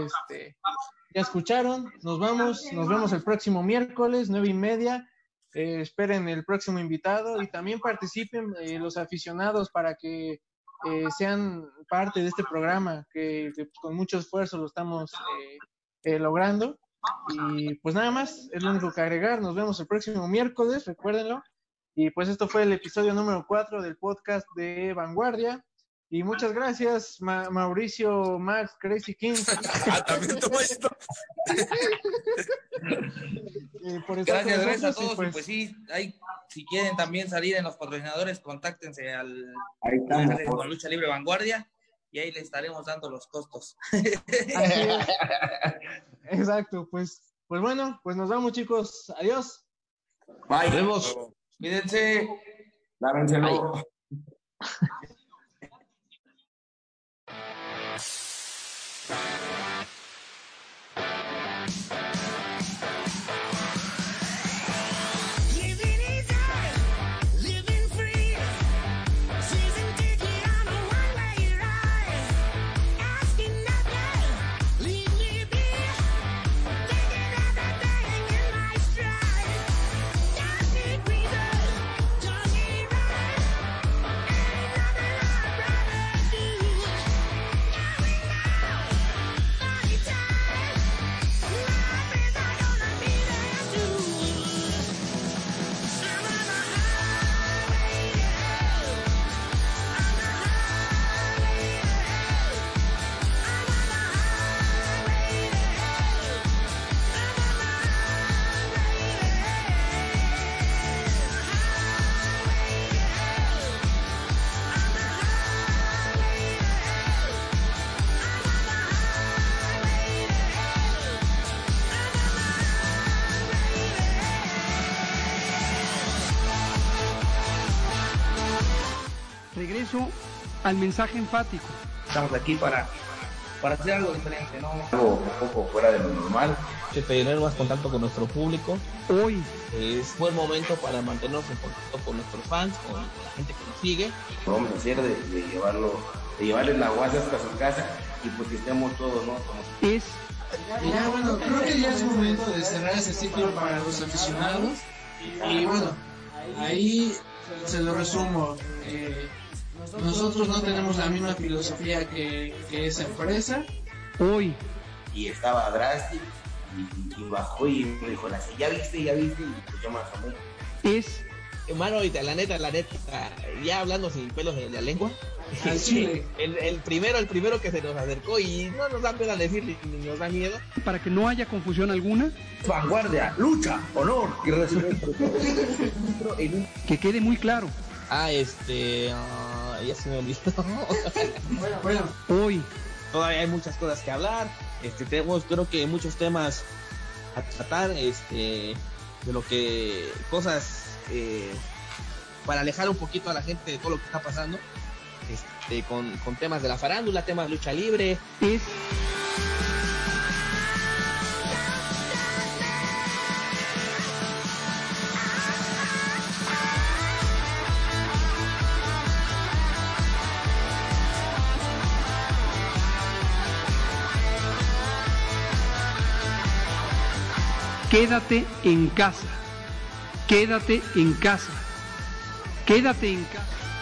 escucharon, nos vemos el próximo miércoles 9:30. Esperen el próximo invitado y también participen los aficionados para que sean parte de este programa que con mucho esfuerzo lo estamos logrando. Y pues nada más, es lo único que agregar. Nos vemos el próximo miércoles, recuérdenlo. Y pues esto fue el episodio número 4 del podcast de Vanguardia. Y muchas gracias, Mauricio, Max, Crazy King. También toma esto. Gracias a todos. Pues sí, si quieren también salir en los patrocinadores, contáctense con Lucha Libre Vanguardia y ahí les estaremos dando los costos. Así es. Exacto, pues bueno, pues nos vamos, chicos. Adiós. Bye. Nos vemos. Cuídense. Lávenselo. Regreso al mensaje enfático. Estamos aquí para hacer algo diferente, ¿no? Algo un poco fuera de lo normal. Que tener más contacto con nuestro público. Hoy Es buen momento para mantenernos en contacto con nuestros fans, con la gente que nos sigue. Lo vamos a hacer de llevarles la guasa hasta su casa y pues que estemos todos, ¿no? es Y ya, bueno, creo que ya es momento de cerrar ese ciclo para los aficionados. Y bueno, ahí se lo resumo. Nosotros no tenemos la misma filosofía que esa empresa. Hoy, Y estaba Drastic y bajó y me dijo, ya viste, y pues yo me asomé. es Hermano, ahorita, la neta, ya hablando sin pelos de la lengua, Al chile. el primero que se nos acercó y no nos da pena decirle ni nos da miedo. para que no haya confusión alguna, Vanguardia, lucha, honor y resurrección. que quede muy claro. Ya se me olvidó. Bueno, Hoy, Todavía hay muchas cosas que hablar. Tenemos, creo que muchos temas a tratar, de lo que cosas para alejar un poquito a la gente de todo lo que está pasando, con temas de la farándula, temas de lucha libre. es quédate en casa. Quédate en casa. Quédate en casa.